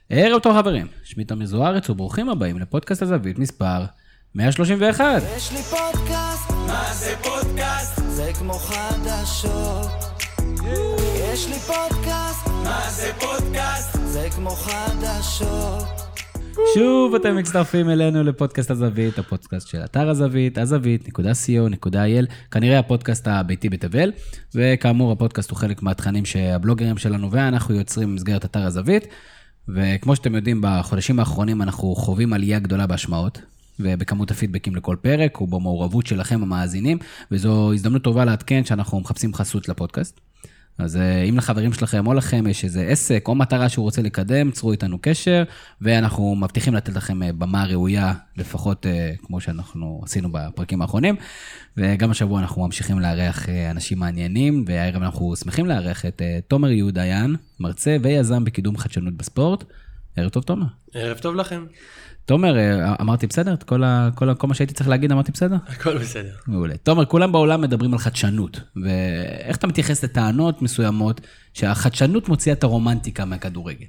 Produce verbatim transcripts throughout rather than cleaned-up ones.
ערב טוב חברים, שמי תמיר זוארץ וברוכים הבאים לפודקאסט הזווית מספר מאה שלושים ואחת. יש לי פודקאסט, מה זה פודקאסט? זה כמו חדשות. יש לי פודקאסט, מה זה פודקאסט? זה כמו חדשות. שוב אתם מצטרפים אלינו לפודקאסט הזווית, הפודקאסט של אתר הזווית, הזווית נקודה סי או נקודה איי אל, כנראה הפודקאסט הביתי בתבל, וכאמור הפודקאסט הוא חלק מהתכנים שהבלוגרים שלנו ואנחנו יוצרים במסגרת אתר הזווית, וכמו שאתם יודעים בחודשים האחרונים אנחנו חווים עלייה גדולה בהשמעות, ובכמות הפידבקים לכל פרק, ובמעורבות שלכם המאזינים, וזו הזדמנות טובה לעדכן שאנחנו מחפשים חסות לפודקאסט. אז אם לחברים שלכם או לכם יש איזה עסק או מטרה שהוא רוצה לקדם, צרו איתנו קשר, ואנחנו מבטיחים לתת לכם במה ראויה, לפחות כמו שאנחנו עשינו בפרקים האחרונים, וגם השבוע אנחנו ממשיכים לארח אנשים מעניינים, והערב אנחנו שמחים לארח את תומר יהודיין, מרצה ויזם בקידום חדשנות בספורט. ערב טוב תומר. ערב טוב לכם. תומר, אמרתי בסדר? כל, ה, כל, ה, כל מה שהייתי צריך להגיד, אמרתי בסדר? הכל בסדר. מעולה. תומר, כולם בעולם מדברים על חדשנות, ואיך אתה מתייחס לטענות מסוימות שהחדשנות מוציאה את הרומנטיקה מהכדורגל?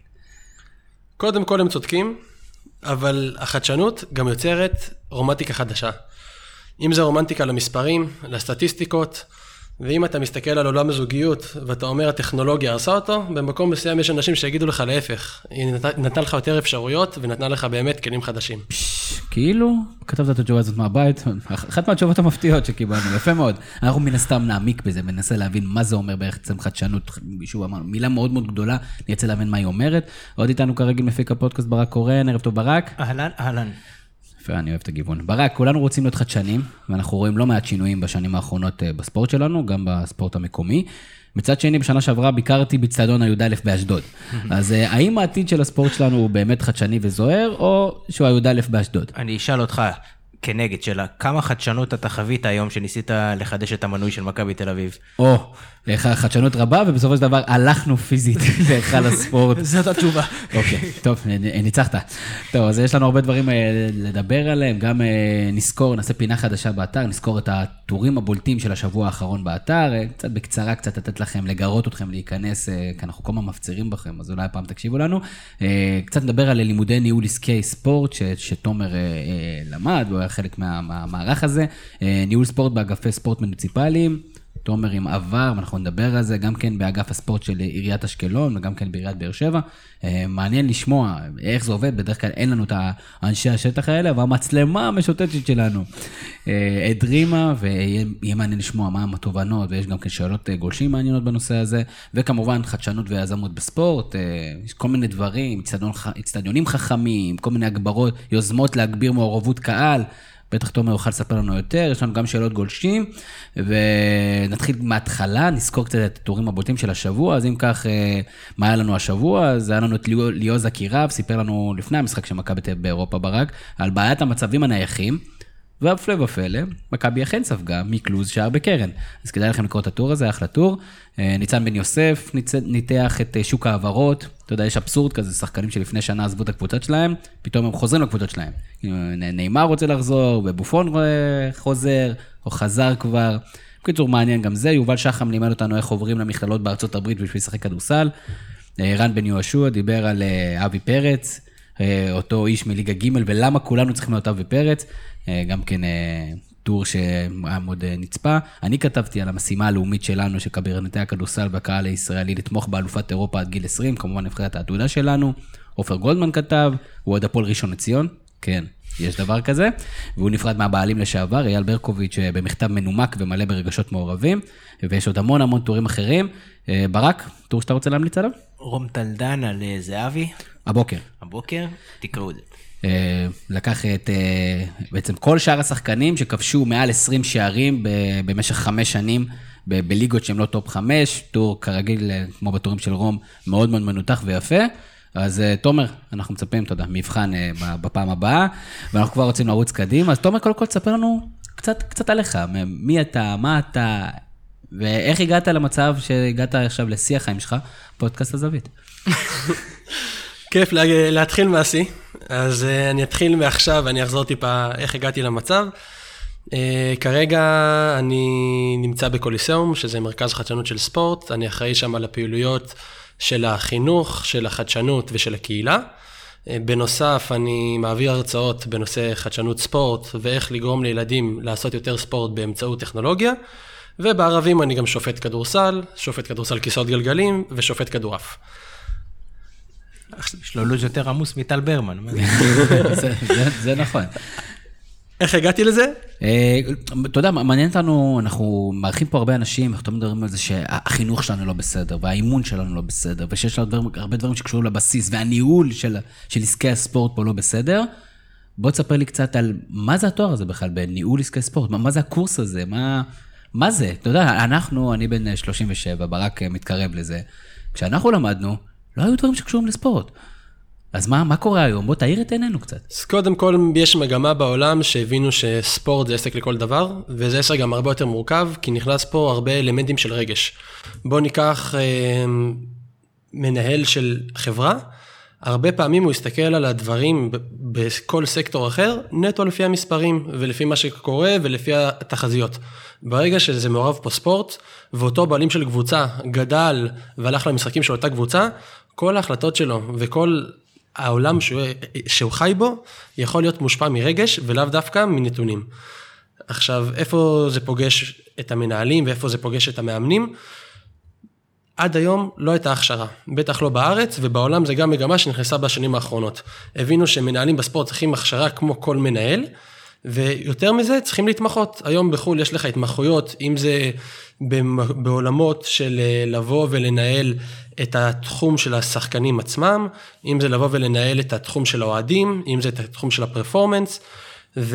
קודם כל הם צודקים, אבל החדשנות גם יוצרת רומנטיקה חדשה. אם זה רומנטיקה למספרים, לסטטיסטיקות, ואם אתה מסתכל על עולם הזוגיות, ואתה אומר הטכנולוגיה עשה אותו, במקום מסוים יש אנשים שיגידו לך להפך. היא נתנה לך יותר אפשרויות, ונתנה לך באמת כלים חדשים. כאילו, כתבת את התשובה הזאת מהבית, אחת מהתשובות המפתיעות שקיבלנו, יפה מאוד. אנחנו מן הסתם נעמיק בזה, וננסה להבין מה זה אומר בערך צם חדשנות, מישהו אמר, מילה מאוד מאוד גדולה, נרצה להבין מה היא אומרת. עוד איתנו כרגיל מפיק הפודקאסט ברק קורן, ערב טוב ברק. אהלן, אהלן. יפה, אני אוהב את הגיוון. ברק, כולנו רוצים להיות חדשנים, ואנחנו רואים לא מעט שינויים בשנים האחרונות בספורט שלנו, גם בספורט המקומי. מצד שני, בשנה שעברה ביקרתי בצטדיון הי"א באשדוד. אז האם העתיד של הספורט שלנו הוא באמת חדשני וזוהר, או שהוא הי"א באשדוד? אני אשאל אותך כנגד שלה, כמה חדשנות אתה חווית היום שניסית לחדש את המנוי של מכבי תל אביב? או, חדשנות רבה, ובסופו של דבר הלכנו פיזית להיכל הספורט. זאת התשובה. אוקיי, טוב, ניצחת. טוב, אז יש לנו הרבה דברים לדבר עליהם, גם נזכור, נעשה פינה חדשה באתר, נזכור את הטורים הבולטים של השבוע האחרון באתר, קצת בקצרה, קצת לתת לכם, לגרות אתכם להיכנס, כי אנחנו כל מה מפצירים בכם, אז אולי הפעם תקשיבו לנו. קצת נדבר על לימודי ניהול עסקי ספורט, שתומר למד, והוא היה חלק מהמערך הזה, ניהול ספורט באגפי ספורט מוניציפליים, תומר עם עבר, ואנחנו נדבר על זה, גם כן באגף הספורט של עיריית אשקלון, וגם כן בעיריית באר שבע. מעניין לשמוע איך זה עובד, בדרך כלל אין לנו את האנשי השטח האלה, אבל המצלמה המשוטטת שלנו הדרימה, ויהיה מעניין לשמוע מה התובנות, ויש גם כן שאלות גולשים מעניינות בנושא הזה, וכמובן חדשנות ויזמות בספורט, יש כל מיני דברים, אצטדיונים חכמים, כל מיני הגברות, יוזמות להגביר מעורבות קהל, בטח תומר יוכל לספר לנו יותר, יש לנו גם שאלות גולשים, ונתחיל מההתחלה, נזכור קצת את הטורים הבולטים של השבוע, אז אם כך, מה היה לנו השבוע? אז היה לנו את ליאו זקירב, סיפר לנו לפני המשחק של מכבי תל אביב באירופה ברק, על בעיית המצבים הנייחים, והפלא ופלא, מכבי אכן ספגה מקלוז שער בקרן. אז כדאי לכם לקרוא את הטור הזה, אחלה טור. ניצן בן יוסף ניתח את שוק העברות, אתה יודע, יש אבסורד כזה, שחקנים שלפני שנה עזבו את הקבוצות שלהם, פתאום הם חוזרים לקבוצות שלהם. ניימר רוצה לחזור, ובופון חוזר, או חזר כבר. בקיצור, מעניין גם זה, יובל שחם לימד אותנו איך עוברים למכללות בארצות הברית בשביל לשחק כדורסל. רן בן יהושע דיבר על אבי פרץ, אותו איש מליגה ג' ולמה כולנו צריכים להיות אבי פרץ, גם כן טור שמאוד נצפה. אני כתבתי על המשימה הלאומית שלנו, שקברניטי הכדורסל והקהל הישראלי לתמוך באלופת אירופה עד גיל עשרים, כמובן נבחרת העתודה שלנו. עופר גולדמן כתב, הוא עוד הפועל ראשון לציון, כן, יש דבר כזה, והוא נפרד מהבעלים לשעבר, אייל ברקוביץ' במכתב מנומק ומלא ברגשות מעורבים, ויש עוד המון המון טורים אחרים. ברק, טור שאתה רוצה להמליץ עליו? רום טלדן על זהבי. הבוקר. הבוקר, תקראו את זה. לקח את בעצם כל שאר השחקנים שכבשו מעל עשרים שערים במשך חמש שנים בליגות שהם לא טופ חמש, טור כרגיל כמו בטורים של רום מאוד מאוד מנותח ויפה. אז תומר, אנחנו מצפים, תודה, מבחן בפעם הבאה, ואנחנו כבר רוצים לרוץ קדימה. אז תומר, קודם כל תספר לנו קצת, קצת עליך, מי אתה, מה אתה, ואיך הגעת למצב שהגעת עכשיו לשיא החיים שלך, פודקאסט הזווית. כיף להתחיל מהשיא, אז אני אתחיל מעכשיו, ואני אחזור טיפה איך הגעתי למצב. כרגע אני נמצא בקוליסאום, שזה מרכז חדשנות של ספורט, אני אחראי שם על הפעילויות של החינוך, של החדשנות ושל הקהילה. בנוסף, אני מעביר הרצאות בנושא חדשנות ספורט, ואיך לגרום לילדים לעשות יותר ספורט באמצעות טכנולוגיה, ובערבים אני גם שופט כדורסל, שופט כדורסל כיסאות גלגלים, ושופט כדורעף. יש לו לוז יותר עמוס מטל ברמן. זה נכון. איך הגעתי לזה? אתה יודע, מעניין אותנו, אנחנו מארחים פה הרבה אנשים, אנחנו תמיד מדברים על זה שהחינוך שלנו לא בסדר, והאימון שלנו לא בסדר, ושיש לנו הרבה דברים שקשורים לבסיס, והניהול של עסקי הספורט פה לא בסדר. בוא תספר לי קצת על מה זה התואר הזה בכלל, בניהול עסקי ספורט, מה זה הקורס הזה, מה זה? אתה יודע, אנחנו, אני בן שלושים ושבע, ברק מתקרב לזה, כשאנחנו למדנו, לא היו דברים שקשורים לספורט. אז מה, מה קורה היום? בוא תאיר את עינינו קצת. אז קודם כל, יש מגמה בעולם שהבינו שספורט זה עסק לכל דבר, וזה עסק גם הרבה יותר מורכב, כי נכנס פה הרבה אלמנטים של רגש. בוא ניקח אה, מנהל של חברה, הרבה פעמים הוא יסתכל על הדברים בכל סקטור אחר, נטו לפי המספרים, ולפי מה שקורה, ולפי התחזיות. ברגע שזה מעורב פה ספורט, ואותו בעלים של קבוצה גדל, והלך למשחקים של אותה קבוצה, כל ההחלטות שלו, וכל העולם שהוא, שהוא חי בו, יכול להיות מושפע מרגש, ולאו דווקא מנתונים. עכשיו, איפה זה פוגש את המנהלים, ואיפה זה פוגש את המאמנים? עד היום לא הייתה הכשרה, בטח לא בארץ, ובעולם זה גם מגמה שנכנסה בשנים האחרונות. הבינו שמנהלים בספורט צריכים הכשרה כמו כל מנהל, ויותר מזה צריכים להתמחות. היום בחול יש לך התמחויות, אם זה בעולמות של לבוא ולנהל את התחום של השחקנים עצמם, אם זה לבוא ולנהל את התחום של האוהדים, אם זה את התחום של הפרפורמנס, ו...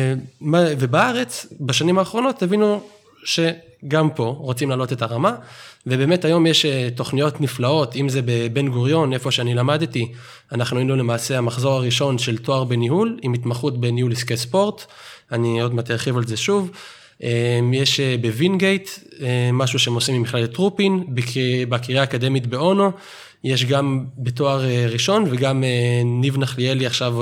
ובארץ בשנים האחרונות הבינו שגם פה רוצים לעלות את הרמה, ובאמת היום יש תוכניות נפלאות, אם זה בבן גוריון, איפה שאני למדתי, אנחנו היינו למעשה המחזור הראשון של תואר בניהול, עם התמחות בניהול עסקי ספורט, אני עוד מעט ארחיב על זה שוב, יש בווינגייט, משהו שהם עושים ממכללת טרופין, בקריה האקדמית באונו, יש גם בתואר ראשון, וגם ניב נחליאלי עכשיו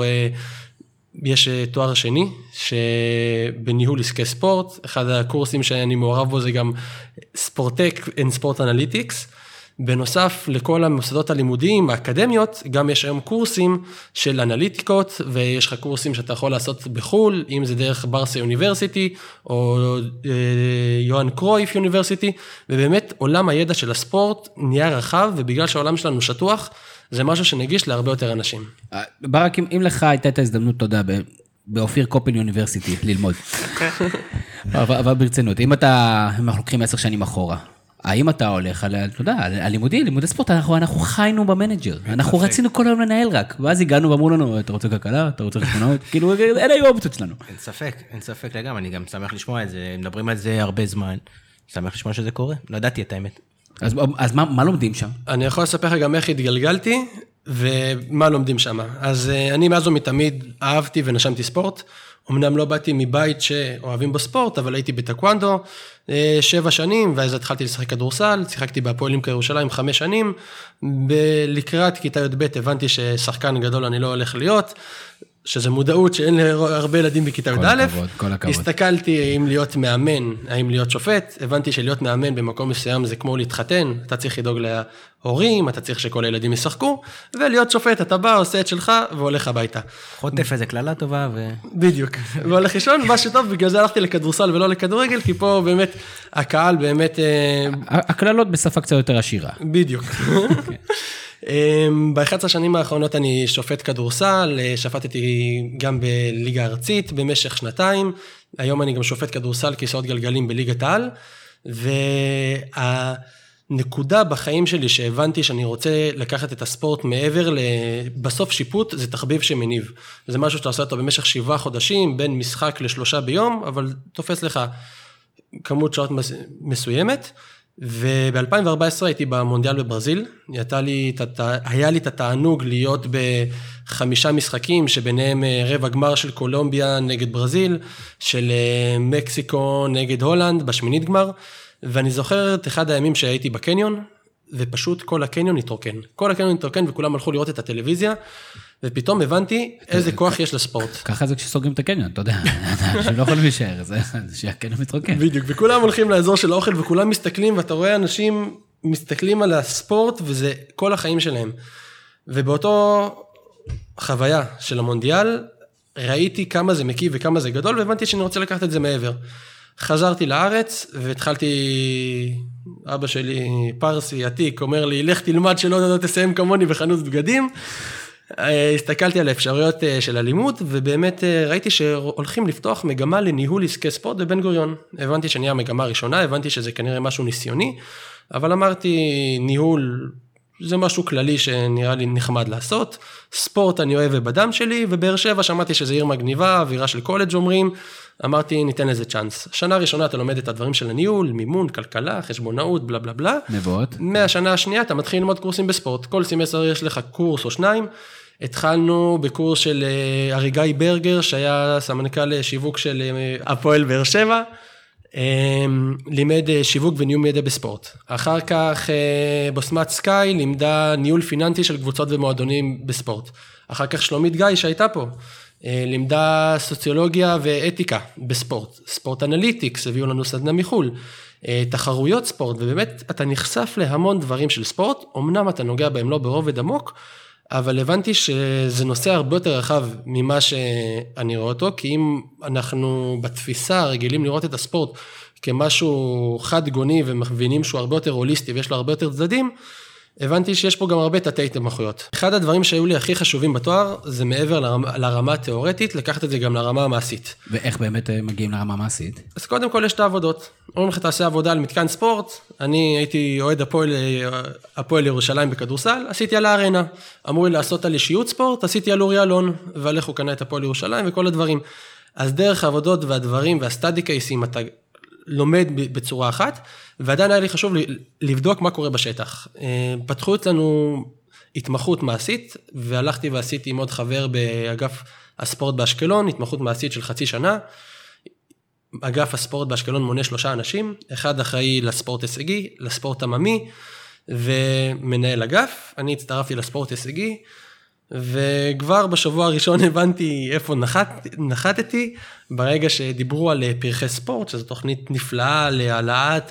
יש תואר שני, שבניהול עסקי ספורט, אחד הקורסים שאני מעורב בו זה גם ספורטק and ספורט אנליטיקס, בנוסף לכל המוסדות הלימודיים, האקדמיות, גם יש היום קורסים של אנליטיקות, ויש לך קורסים שאתה יכול לעשות בחול, אם זה דרך ברסה יוניברסיטי, או יוהאן קרויף יוניברסיטי, ובאמת עולם הידע של הספורט נהיה רחב, ובגלל שהעולם שלנו שטוח, זה משהו שנגיש להרבה יותר אנשים. ברק, אם לך הייתה את ההזדמנות, תודה, באופיר קופן יוניברסיטי, ללמוד. אבל ברצינות, אם אתה, אם אנחנו לוקחים עשר שנים אחורה, האם אתה הולך על, אתה יודע, על לימודי, לימודי ספורט, אנחנו, אנחנו חיינו במנג'ר, אנחנו רצינו כל היום לנהל רק, ואז הגענו ואמרו לנו, אתה רוצה כלכלה, אתה רוצה חשבונות, כאילו, אין היו אופציות שלנו. אין ספק, אין ספק לגמרי, אני גם שמח לשמוע את זה, מדברים על זה הרבה זמן, שמח לשמוע שזה קורה, לא ידעתי את האמת. אז, אז מה, מה לומדים שם? אני יכול לספר לך גם איך התגלגלתי, ומה לומדים שם. אז אני מאז ומתמיד אהבתי ונשמתי ספורט, אמנם לא באתי מבית שאוהבים בספורט, אבל הייתי בטקוונדו שבע שנים, ואז התחלתי לשחק כדורסל, שיחקתי בהפועלים כירושלים חמש שנים, לקראת כיתה י"ב הבנתי ששחקן גדול אני לא הולך להיות, שזה מודעות שאין הרבה ילדים בכיתה י"א, הסתכלתי אם להיות מאמן, האם להיות שופט, הבנתי שלהיות מאמן במקום מסוים זה כמו להתחתן, אתה צריך לדאוג להורים, אתה צריך שכל הילדים ישחקו, ולהיות שופט, אתה בא, עושה את שלך, והולך הביתה. חוטף איזה כללה טובה ו... בדיוק, והולך ראשון, מה שטוב, בגלל זה הלכתי לכדורסל ולא לכדורגל, כי פה באמת, הקהל באמת... הכללות בשפה קצת יותר עשירה. בדיוק. ב-אחת עשרה שנים האחרונות אני שופט כדורסל, שפטתי גם בליגה ארצית במשך שנתיים, היום אני גם שופט כדורסל כיסאות גלגלים בליגת העל, והנקודה בחיים שלי שהבנתי שאני רוצה לקחת את הספורט מעבר בסוף שיפוט, זה תחביב שמניב. זה משהו שאתה עושה אותו במשך שבעה חודשים, בין משחק לשלושה ביום, אבל תופס לך כמות שעות מסוימת, וב-אלפיים וארבע עשרה הייתי במונדיאל בברזיל, הייתה לי, היה לי את התענוג להיות בחמישה משחקים, שביניהם רבע גמר של קולומביה נגד ברזיל, של מקסיקו נגד הולנד בשמינית גמר, ואני זוכר את אחד הימים שהייתי בקניון, ופשוט כל הקניון התרוקן. כל הקניון התרוקן וכולם הלכו לראות את הטלוויזיה, ופתאום הבנתי איזה כוח יש לספורט. ככה זה כשסוגרים את הקניון, אתה יודע, שלא יכולים להישאר, זה שהקניון מתרוקן. בדיוק, וכולם הולכים לאזור של האוכל, וכולם מסתכלים, ואתה רואה אנשים מסתכלים על הספורט, וזה כל החיים שלהם. ובאותו חוויה של המונדיאל, ראיתי כמה זה מקיף וכמה זה גדול, והבנתי שאני רוצה לקחת את זה מעבר. חזרתי לארץ, והתחלתי, אבא שלי, פרסי, עתיק, אומר לי, לך תלמד שלא תסיים כמוני בחנות בגדים. הסתכלתי על האפשרויות של הלימוד, ובאמת ראיתי שהולכים לפתוח מגמה לניהול עסקי ספורט בבן גוריון. הבנתי שאני המגמה הראשונה, הבנתי שזה כנראה משהו ניסיוני, אבל אמרתי, ניהול זה משהו כללי שנראה לי נחמד לעשות. ספורט אני אוהב בדם שלי, ובאר שבע שמעתי שזה עיר מגניבה, אווירה של קולג' אומרים, אמרתי ניתן לזה צ'אנס. שנה ראשונה אתה לומד את הדברים של הניהול, מימון, כלכלה, חשבונאות, בלה בלה בלה. מבואות. מהשנה השנייה אתה מתחיל ללמוד קורסים בספורט. כל סמסטר יש לך קורס או שניים. התחלנו בקורס של אריגאי ברגר, שהיה סמנכ"ל שיווק של הפועל באר שבע. לימד שיווק וניהול מידע בספורט. אחר כך בוסמת סקאי לימדה ניהול פיננסי של קבוצות ומועדונים בספורט. אחר כך שלומית גיא שהייתה פה, לימדה סוציולוגיה ואתיקה בספורט. ספורט אנליטיקס, הביאו לנו סדנה מחול. תחרויות ספורט, ובאמת אתה נחשף להמון דברים של ספורט, אמנם אתה נוגע בהם לא ברובד עמוק, אבל הבנתי שזה נושא הרבה יותר רחב ממה שאני רואה אותו, כי אם אנחנו בתפיסה רגילים לראות את הספורט כמשהו חד גוני ומבינים שהוא הרבה יותר הוליסטי ויש לו הרבה יותר צדדים, הבנתי שיש פה גם הרבה תתי התמחויות. אחד הדברים שהיו לי הכי חשובים בתואר, זה מעבר לרמה, לרמה התיאורטית, לקחת את זה גם לרמה המעשית. ואיך באמת מגיעים לרמה המעשית? אז קודם כל יש את העבודות. אומרים לך תעשה עבודה על מתקן ספורט, אני הייתי אוהד הפועל, הפועל ירושלים בכדורסל, עשיתי על הארנה. אמרו לי לעשות על אישיות ספורט, עשיתי על אורי אלון, ועל איך הוא קנה את הפועל ירושלים וכל הדברים. אז דרך העבודות והדברים והסטאדי קייסים, אתה לומד בצורה אחת, ועדיין היה לי חשוב לבדוק מה קורה בשטח. פתחו אצלנו התמחות מעשית, והלכתי ועשיתי עם עוד חבר באגף הספורט באשקלון, התמחות מעשית של חצי שנה. אגף הספורט באשקלון מונה שלושה אנשים, אחד אחראי לספורט הישגי, לספורט עממי, ומנהל אגף. אני הצטרפתי לספורט הישגי, וכבר בשבוע הראשון הבנתי איפה נחת, נחתתי, ברגע שדיברו על פרחי ספורט, שזו תוכנית נפלאה להעלאת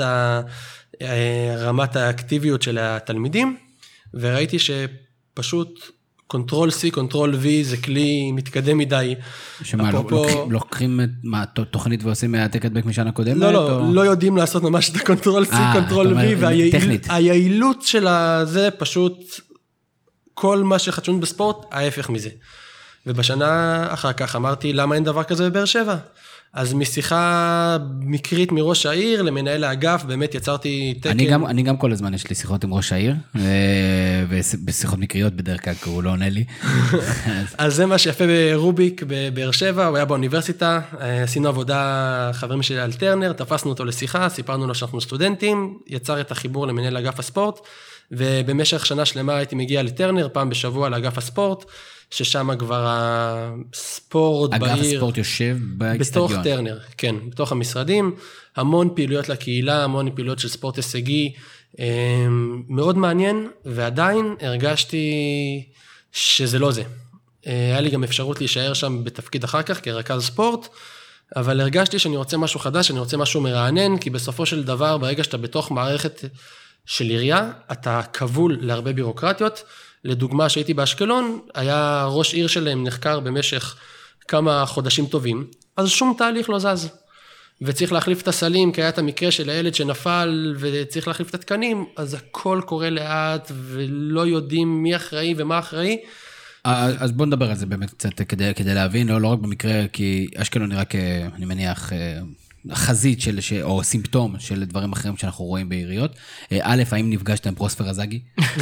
רמת האקטיביות של התלמידים, וראיתי שפשוט קונטרול C, קונטרול V, זה כלי מתקדם מדי. שמה, אפרופו... לוקחים מה, תוכנית ועושים העתק הדבק משנה הקודמת? לא, לא, או... לא יודעים לעשות ממש את הקונטרול C, 아, קונטרול V, והיעילות של זה פשוט... כל מה שחדשנות בספורט, ההפך מזה. ובשנה אחר כך אמרתי, למה אין דבר כזה בבאר שבע? אז משיחה מקרית מראש העיר, למנהל האגף, באמת יצרתי תקן. אני גם, אני גם כל הזמן יש לי שיחות עם ראש העיר, ובשיחות מקריות בדרך כלל, כי הוא לא עונה לי. אז זה מה שיפה ברוביק בבאר שבע, הוא היה באוניברסיטה, עשינו עבודה, חברים שלי על טרנר, תפסנו אותו לשיחה, סיפרנו לו שאנחנו סטודנטים, יצר את החיבור למנהל אגף הספורט, ובמשך שנה שלמה הייתי מגיע לטרנר, פעם בשבוע לאגף הספורט, ששם כבר הספורט בעיר... אגף הספורט יושב באקסטדיון. בתוך טרנר, כן, בתוך המשרדים, המון פעילויות לקהילה, המון פעילויות של ספורט הישגי, מאוד מעניין, ועדיין הרגשתי שזה לא זה. היה לי גם אפשרות להישאר שם בתפקיד אחר כך, כרכז ספורט, אבל הרגשתי שאני רוצה משהו חדש, אני רוצה משהו מרענן, כי בסופו של דבר, ברגע שאתה בתוך מערכת של עירייה, אתה כבול להרבה בירוקרטיות. לדוגמה שהייתי באשקלון, היה ראש עיר שלהם נחקר במשך כמה חודשים טובים, אז שום תהליך לא זז. וצריך להחליף את הסלים, כי היה את המקרה של הילד שנפל, וצריך להחליף את התקנים, אז הכל קורה לאט, ולא יודעים מי אחראי ומה אחראי. אז בוא נדבר על זה באמת קצת כדי, כדי להבין, לא, לא רק במקרה, כי אשקלון נראה כ... אני מניח... חזית של, או סימפטום של דברים אחרים שאנחנו רואים בעיריות. א', האם נפגשת עם פרוספר אזגי?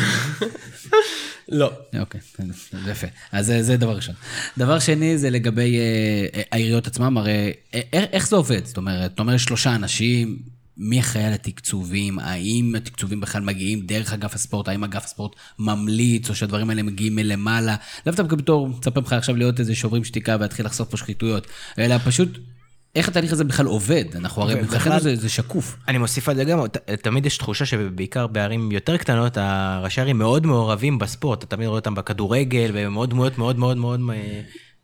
לא. אוקיי, זה יפה. אז זה דבר ראשון. דבר שני זה לגבי העיריות עצמם, הרי איך זה עובד? זאת אומרת, אתה אומר שלושה אנשים, מי אחראי על התקצובים? האם התקצובים בכלל מגיעים דרך אגף הספורט? האם אגף הספורט ממליץ, או שהדברים האלה מגיעים מלמעלה? לאו דווקא בתור, מצפה לך עכשיו להיות איזה שוברים שתיקה והתחיל לחשוף פה שחיתויות, אלא פשוט איך התהליך הזה בכלל עובד? אנחנו הרי מבחינתנו זה, זה שקוף. אני מוסיף על זה גם, תמיד יש תחושה שבעיקר בערים יותר קטנות, הראשי ערים מאוד מעורבים בספורט, אתה תמיד רואה אותם בכדורגל, ומאוד מאוד מאוד מאוד מאוד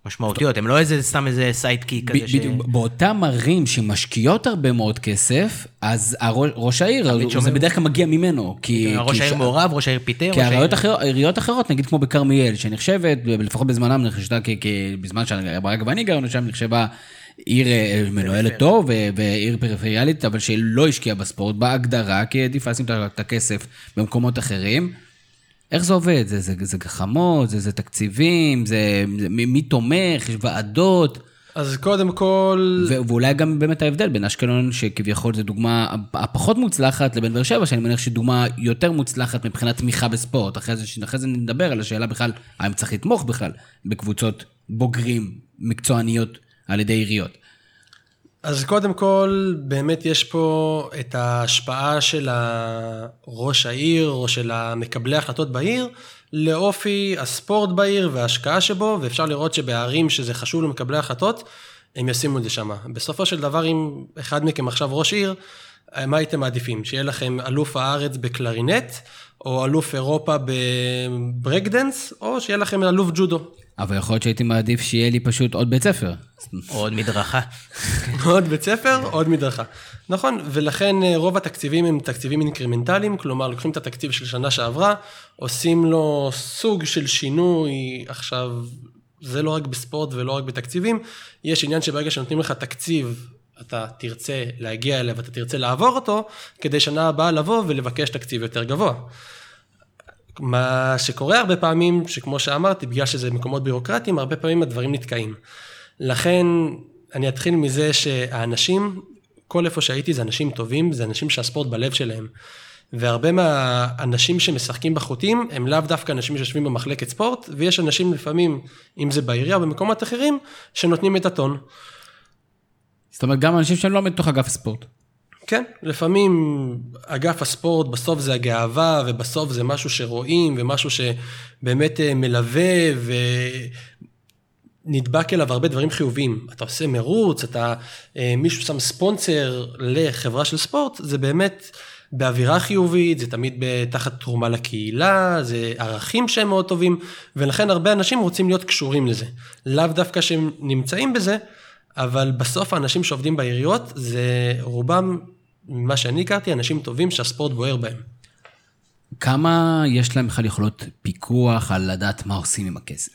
משמעותיות, הם לא איזה, סתם איזה סיידקיק כזה ש... באותם ערים שמשקיעות הרבה מאוד כסף, אז ראש העיר, זה בדרך כלל מגיע ממנו. ראש העיר מעורב, ראש העיר פיטר. כי העיריות אחרות, נגיד כמו בכרמיאל, שנחשבת, לפחות בזמנם נחשתה, בזמן שהברק ואני גרנו שם, נחשבה עיר מנוהלת טוב, ועיר פריפריאלית, אבל שלא השקיעה בספורט, בהגדרה, כי עדיף לשים את הכסף במקומות אחרים. איך זה עובד? זה, זה, זה גחמות, זה, זה תקציבים, זה, זה מי, מי תומך, יש ועדות. אז קודם כל... ו- ואולי גם באמת ההבדל בין אשקלון, שכביכול זו דוגמה הפחות מוצלחת, לבין באר שבע, שאני מניח שדוגמה יותר מוצלחת מבחינת תמיכה בספורט. אחרי זה, אחרי זה נדבר על השאלה בכלל, האם צריך לתמוך בכלל בקבוצות בוגרים, מקצועניות על ידי עיריות. אז קודם כל, באמת יש פה את ההשפעה של ראש העיר, או של המקבלי ההחלטות בעיר, לאופי הספורט בעיר וההשקעה שבו, ואפשר לראות שבערים שזה חשוב למקבלי ההחלטות, הם ישימו את זה שם. בסופו של דבר, אם אחד מכם עכשיו ראש עיר, מה הייתם מעדיפים? שיהיה לכם אלוף הארץ בקלרינט, או אלוף אירופה בברקדנס, או שיהיה לכם אלוף ג'ודו. אבל יכול להיות שהייתי מעדיף שיהיה לי פשוט עוד בית ספר. עוד מדרכה. עוד בית ספר, עוד מדרכה. נכון, ולכן רוב התקציבים הם תקציבים אינקרמנטליים, כלומר, לוקחים את התקציב של שנה שעברה, עושים לו סוג של שינוי, עכשיו, זה לא רק בספורט ולא רק בתקציבים, יש עניין שברגע שנותנים לך תקציב, אתה תרצה להגיע אליו, אתה תרצה לעבור אותו, כדי שנה הבאה לבוא ולבקש תקציב יותר גבוה. מה שקורה הרבה פעמים, שכמו שאמרתי, בגלל שזה מקומות בירוקרטיים, הרבה פעמים הדברים נתקעים. לכן, אני אתחיל מזה שהאנשים, כל איפה שהייתי זה אנשים טובים, זה אנשים שהספורט בלב שלהם. והרבה מהאנשים שמשחקים בחוטים, הם לאו דווקא אנשים שיושבים במחלקת ספורט, ויש אנשים לפעמים, אם זה בעירייה או במקומות אחרים, שנותנים את הטון. זאת אומרת, גם אנשים שהם לא מתוך אגף הספורט. כן, לפעמים אגף הספורט בסוף זה הגאווה, ובסוף זה משהו שרואים, ומשהו שבאמת מלווה, ונדבק אליו הרבה דברים חיוביים. אתה עושה מרוץ, אתה, מישהו שם ספונסר לחברה של ספורט, זה באמת באווירה חיובית, זה תמיד תחת תרומה לקהילה, זה ערכים שהם מאוד טובים, ולכן הרבה אנשים רוצים להיות קשורים לזה. לאו דווקא שהם נמצאים בזה, אבל בסוף האנשים שעובדים בעיריות, זה רובם, ממה שאני הכרתי, אנשים טובים שהספורט בוער בהם. כמה יש להם בכלל יכולות פיקוח על לדעת מה עושים עם הכסף?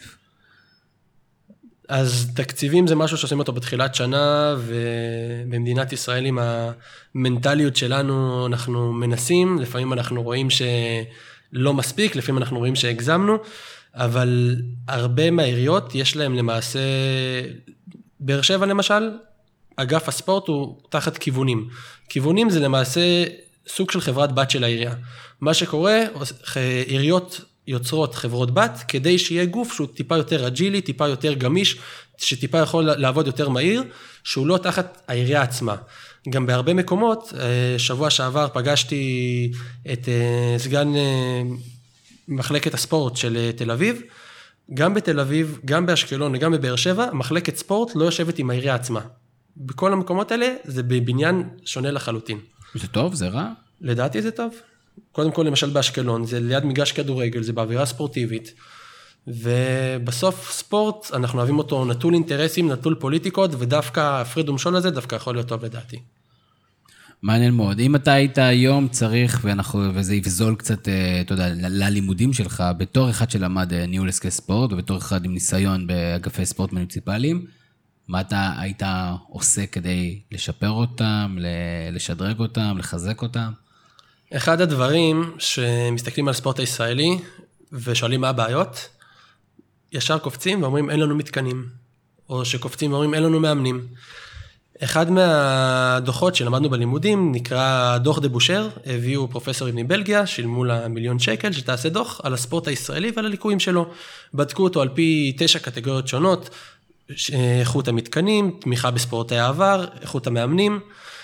אז תקציבים זה משהו שעושים אותו בתחילת שנה, ובמדינת ישראל עם המנטליות שלנו אנחנו מנסים, לפעמים אנחנו רואים שלא מספיק, לפעמים אנחנו רואים שהגזמנו, אבל הרבה מהעיריות יש להם למעשה... באר שבע למשל, אגף הספורט הוא תחת כיוונים. כיוונים זה למעשה סוג של חברת בת של העירייה. מה שקורה, עיריות יוצרות חברות בת, כדי שיהיה גוף שהוא טיפה יותר אג'ילי, טיפה יותר גמיש, שטיפה יכול לעבוד יותר מהיר, שהוא לא תחת העירייה עצמה. גם בהרבה מקומות, שבוע שעבר פגשתי את סגן מחלקת הספורט של תל אביב, גם בתל אביב, גם באשקלון וגם בבאר שבע, מחלקת ספורט לא יושבת עם העירייה עצמה. בכל המקומות האלה זה בבניין שונה לחלוטין. זה טוב? זה רע? לדעתי זה טוב. קודם כל למשל באשקלון, זה ליד מגרש כדורגל, זה באווירה ספורטיבית, ובסוף ספורט, אנחנו אוהבים אותו נטול אינטרסים, נטול פוליטיקות, ודווקא הפריד ומשול הזה דווקא יכול להיות טוב לדעתי. מעניין מאוד. אם אתה היית היום צריך, ואנחנו, וזה יפזול קצת, אתה יודע, ללימודים שלך, בתור אחד שלמד ניהול עסקי ספורט, ובתור אחד עם ניסיון באגפי ספורט מוניציפליים, מה אתה היית עושה כדי לשפר אותם, לשדרג אותם, לחזק אותם? אחד הדברים שמסתכלים על הספורט הישראלי, ושואלים מה הבעיות, ישר קופצים ואומרים אין לנו מתקנים, או שקופצים ואומרים אין לנו מאמנים. אחד מהדוחות שלמדנו בלימודים נקרא דוח דה בושר, הביאו פרופסורים מבלגיה, שילמו לה מיליון שקל שתעשה דוח על הספורט הישראלי ועל הליקויים שלו. בדקו אותו על פי תשע קטגוריות שונות, איכות המתקנים, תמיכה בספורטי העבר, איכות המאמנים.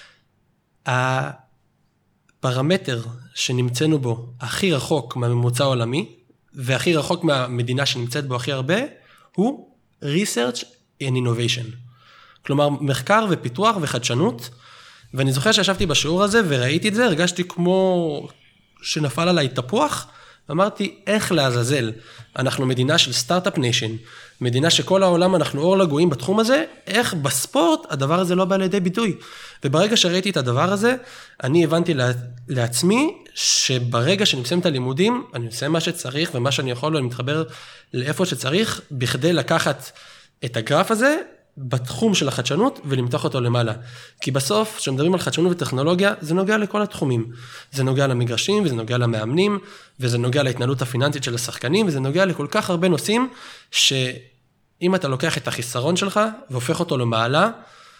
הפרמטר שנמצאנו בו הכי רחוק מהממוצע העולמי, והכי רחוק מהמדינה שנמצאת בו הכי הרבה, הוא Research and Innovation. כלומר, מחקר ופיתוח וחדשנות, ואני זוכר שישבתי בשיעור הזה וראיתי את זה, הרגשתי כמו שנפל עליי תפוח, אמרתי, איך לעזאזל? אנחנו מדינה של סטארט-אפ ניישן, מדינה שכל העולם אנחנו אור לגויים בתחום הזה, איך בספורט הדבר הזה לא בא לידי ביטוי? וברגע שראיתי את הדבר הזה, אני הבנתי לעצמי, שברגע שאני מסיים את הלימודים, אני מסיים מה שצריך, ומה שאני יכול, אני מתחבר לאיפה שצריך, בכדי לקחת את הגרף הזה, בתחום של החדשנות, ולמתוח אותו למעלה. כי בסוף, כשמדברים על חדשנות וטכנולוגיה, זה נוגע לכל התחומים. זה נוגע למגרשים, וזה נוגע למאמנים, וזה נוגע להתנהלות הפיננסית של השחקנים, וזה נוגע לכל כך הרבה נושאים, שאם אתה לוקח את החיסרון שלך, והופך אותו למעלה,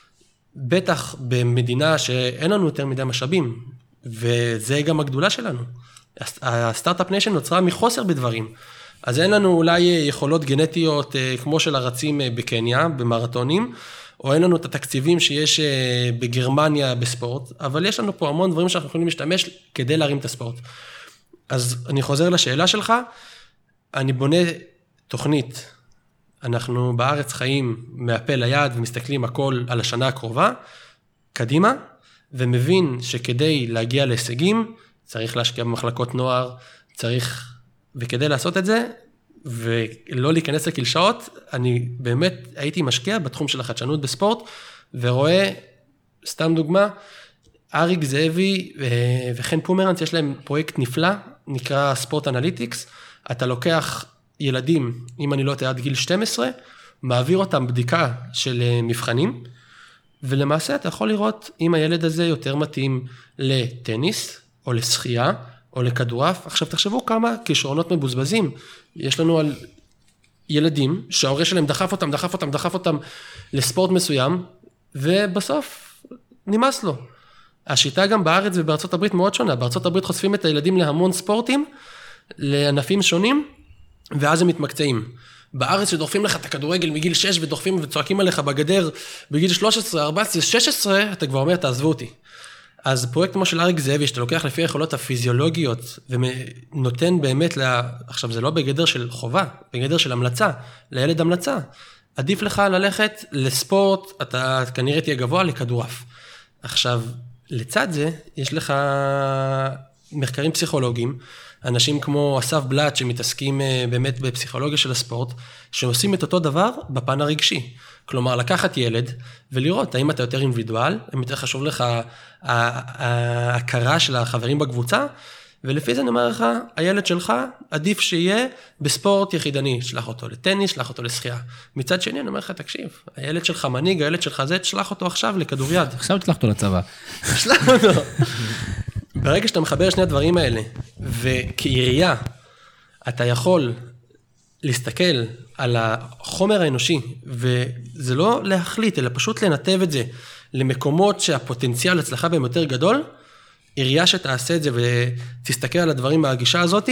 בטח במדינה שאין לנו יותר מדי משאבים, וזה גם הגדולה שלנו. הסטארט-אפ ניישן נוצרה מחוסר בדברים. אז אין לנו אולי יכולות גנטיות כמו של הרצים בקניה, במרתונים, או אין לנו את התקציבים שיש בגרמניה בספורט, אבל יש לנו פה המון דברים שאנחנו יכולים להשתמש כדי להרים את הספורט. אז אני חוזר לשאלה שלך, אני בונה תוכנית, אנחנו בארץ חיים מהפה ליד ומסתכלים הכל על השנה הקרובה, קדימה, ומבין שכדי להגיע להישגים, צריך להשקיע במחלקות נוער, צריך... וכדי לעשות את זה, ולא להיכנס לקלשאות, אני באמת הייתי משקיע בתחום של החדשנות בספורט, ורואה, סתם דוגמה, אריק זאבי וחן פומרנץ, יש להם פרויקט נפלא, נקרא ספורט אנליטיקס, אתה לוקח ילדים, אם אני לא טועה עד גיל שתים עשרה, מעביר אותם בדיקה של מבחנים, ולמעשה אתה יכול לראות אם הילד הזה יותר מתאים לטניס, או לשחייה, או לכדורף. עכשיו תחשבו כמה כישרונות מבוזבזים. יש לנו על ילדים שההורה שלהם דחף אותם, דחף אותם, דחף אותם לספורט מסוים, ובסוף נמאס לו. השיטה גם בארץ ובארצות הברית מאוד שונה. בארצות הברית חושפים את הילדים להמון ספורטים, לענפים שונים, ואז הם מתמקצעים. בארץ שדוחפים לך את הכדורגל מגיל שש, ודוחפים וצועקים עליך בגדר בגיל שלוש עשרה, ארבע עשרה, שש עשרה, אתה כבר אומר, תעזבו אותי. אז פרויקט כמו של אריק זאבי, שאתה לוקח לפי היכולות הפיזיולוגיות, ונותן באמת, לה... עכשיו זה לא בגדר של חובה, בגדר של המלצה, לילד המלצה. עדיף לך ללכת לספורט, אתה כנראה תהיה גבוה לכדורף. עכשיו, לצד זה, יש לך מחקרים פסיכולוגיים, אנשים כמו אסף בלט, שמתעסקים באמת בפסיכולוגיה של הספורט, שעושים את אותו דבר בפן הרגשי. כלומר, לקחת ילד ולראות, האם אתה יותר אינדיבידואל, אם יותר חשוב לך ההכרה של החברים בקבוצה, ולפי זה אני אומר לך, הילד שלך עדיף שיהיה בספורט יחידני, שלח אותו לטניס, שלח אותו לשחייה. מצד שני, אני אומר לך, תקשיב, הילד שלך מנהיג, הילד שלך זה, תשלח אותו עכשיו לכדוריד. עכשיו תשלח אותו לצבא. תשלח אותו. ברגע שאתה מחבר שני הדברים האלה, וכעירייה, אתה יכול להסתכל על החומר האנושי, וזה לא להחליט, אלא פשוט לנתב את זה למקומות שהפוטנציאל אצלך בהם יותר גדול, עירייה שתעשה את זה ותסתכל על הדברים מהגישה הזאת,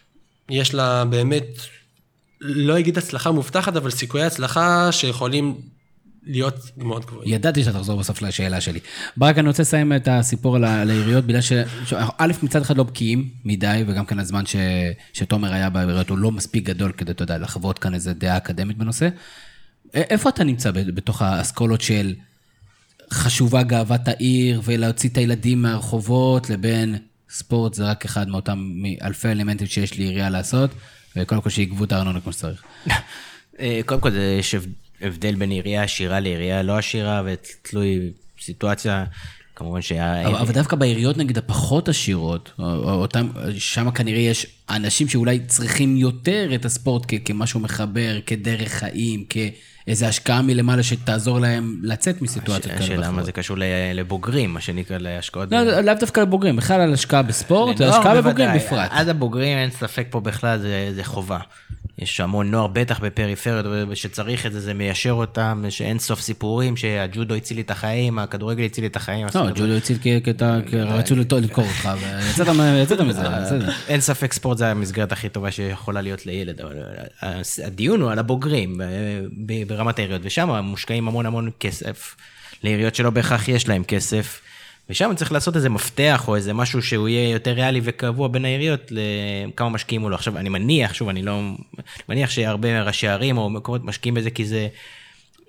יש לה באמת, לא אגיד הצלחה מובטחת, אבל סיכויי הצלחה שיכולים להיות מאוד גבוהים. ידעתי שאתה תחזור בסוף לשאלה שלי. ברק, אני רוצה לסיים את הסיפור על העיריות, בגלל שא' מצד אחד לא בקיאים מדי, וגם כאן הזמן שתומר היה בעיריות, הוא לא מספיק גדול כדי, אתה יודע, לחוות כאן איזו דעה אקדמית בנושא. איפה אתה נמצא בתוך האסכולות של חשובה גאוות העיר, ולהוציא את הילדים מהרחובות, לבין ספורט, זה רק אחד מאותם אלפי אלמנטים שיש לעירייה לעשות, וקודם כל שיגבו את הארנונה כמו שצריך. קודם כל, יש הבדל בין עירייה עשירה לעירייה לא עשירה, ותלוי סיטואציה, כמובן שהיה... אבל דווקא בעיריות, נגיד, הפחות עשירות, שם כנראה יש אנשים שאולי צריכים יותר את הספורט כמשהו מחבר, כדרך חיים, כאיזו השקעה מלמעלה שתעזור להם לצאת מסיטואציות כאלה. השאלה מה זה קשור לבוגרים, מה שנקרא להשקעות... לאו דווקא לבוגרים, בכלל על השקעה בספורט, השקעה בבוגרים בפרט. עד הבוגרים אין ספק פה בכלל, זה חובה. יש המון נוער, בטח בפריפריות, שצריך את זה, זה מיישר אותם, שאין סוף סיפורים, שהג'ודו הציל לי את החיים, הכדורגל הציל לי את החיים. לא, הג'ודו הציל כי רצו למכור אותך, ויצאת מזה. אין ספק, ספורט זה המסגרת הכי טובה שיכולה להיות לילד, אבל הדיון הוא על הבוגרים, ברמת העיריות, ושם מושקעים המון המון כסף, לעיריות שלא בהכרח יש להם כסף, ושם צריך לעשות איזה מפתח, או איזה משהו שהוא יהיה יותר ריאלי וקבוע בין העיריות, לכמה משקיעים מולו. עכשיו, אני מניח, שוב, אני לא, מניח שהרבה ראשי ערים או מקומות משקיעים בזה, כי זה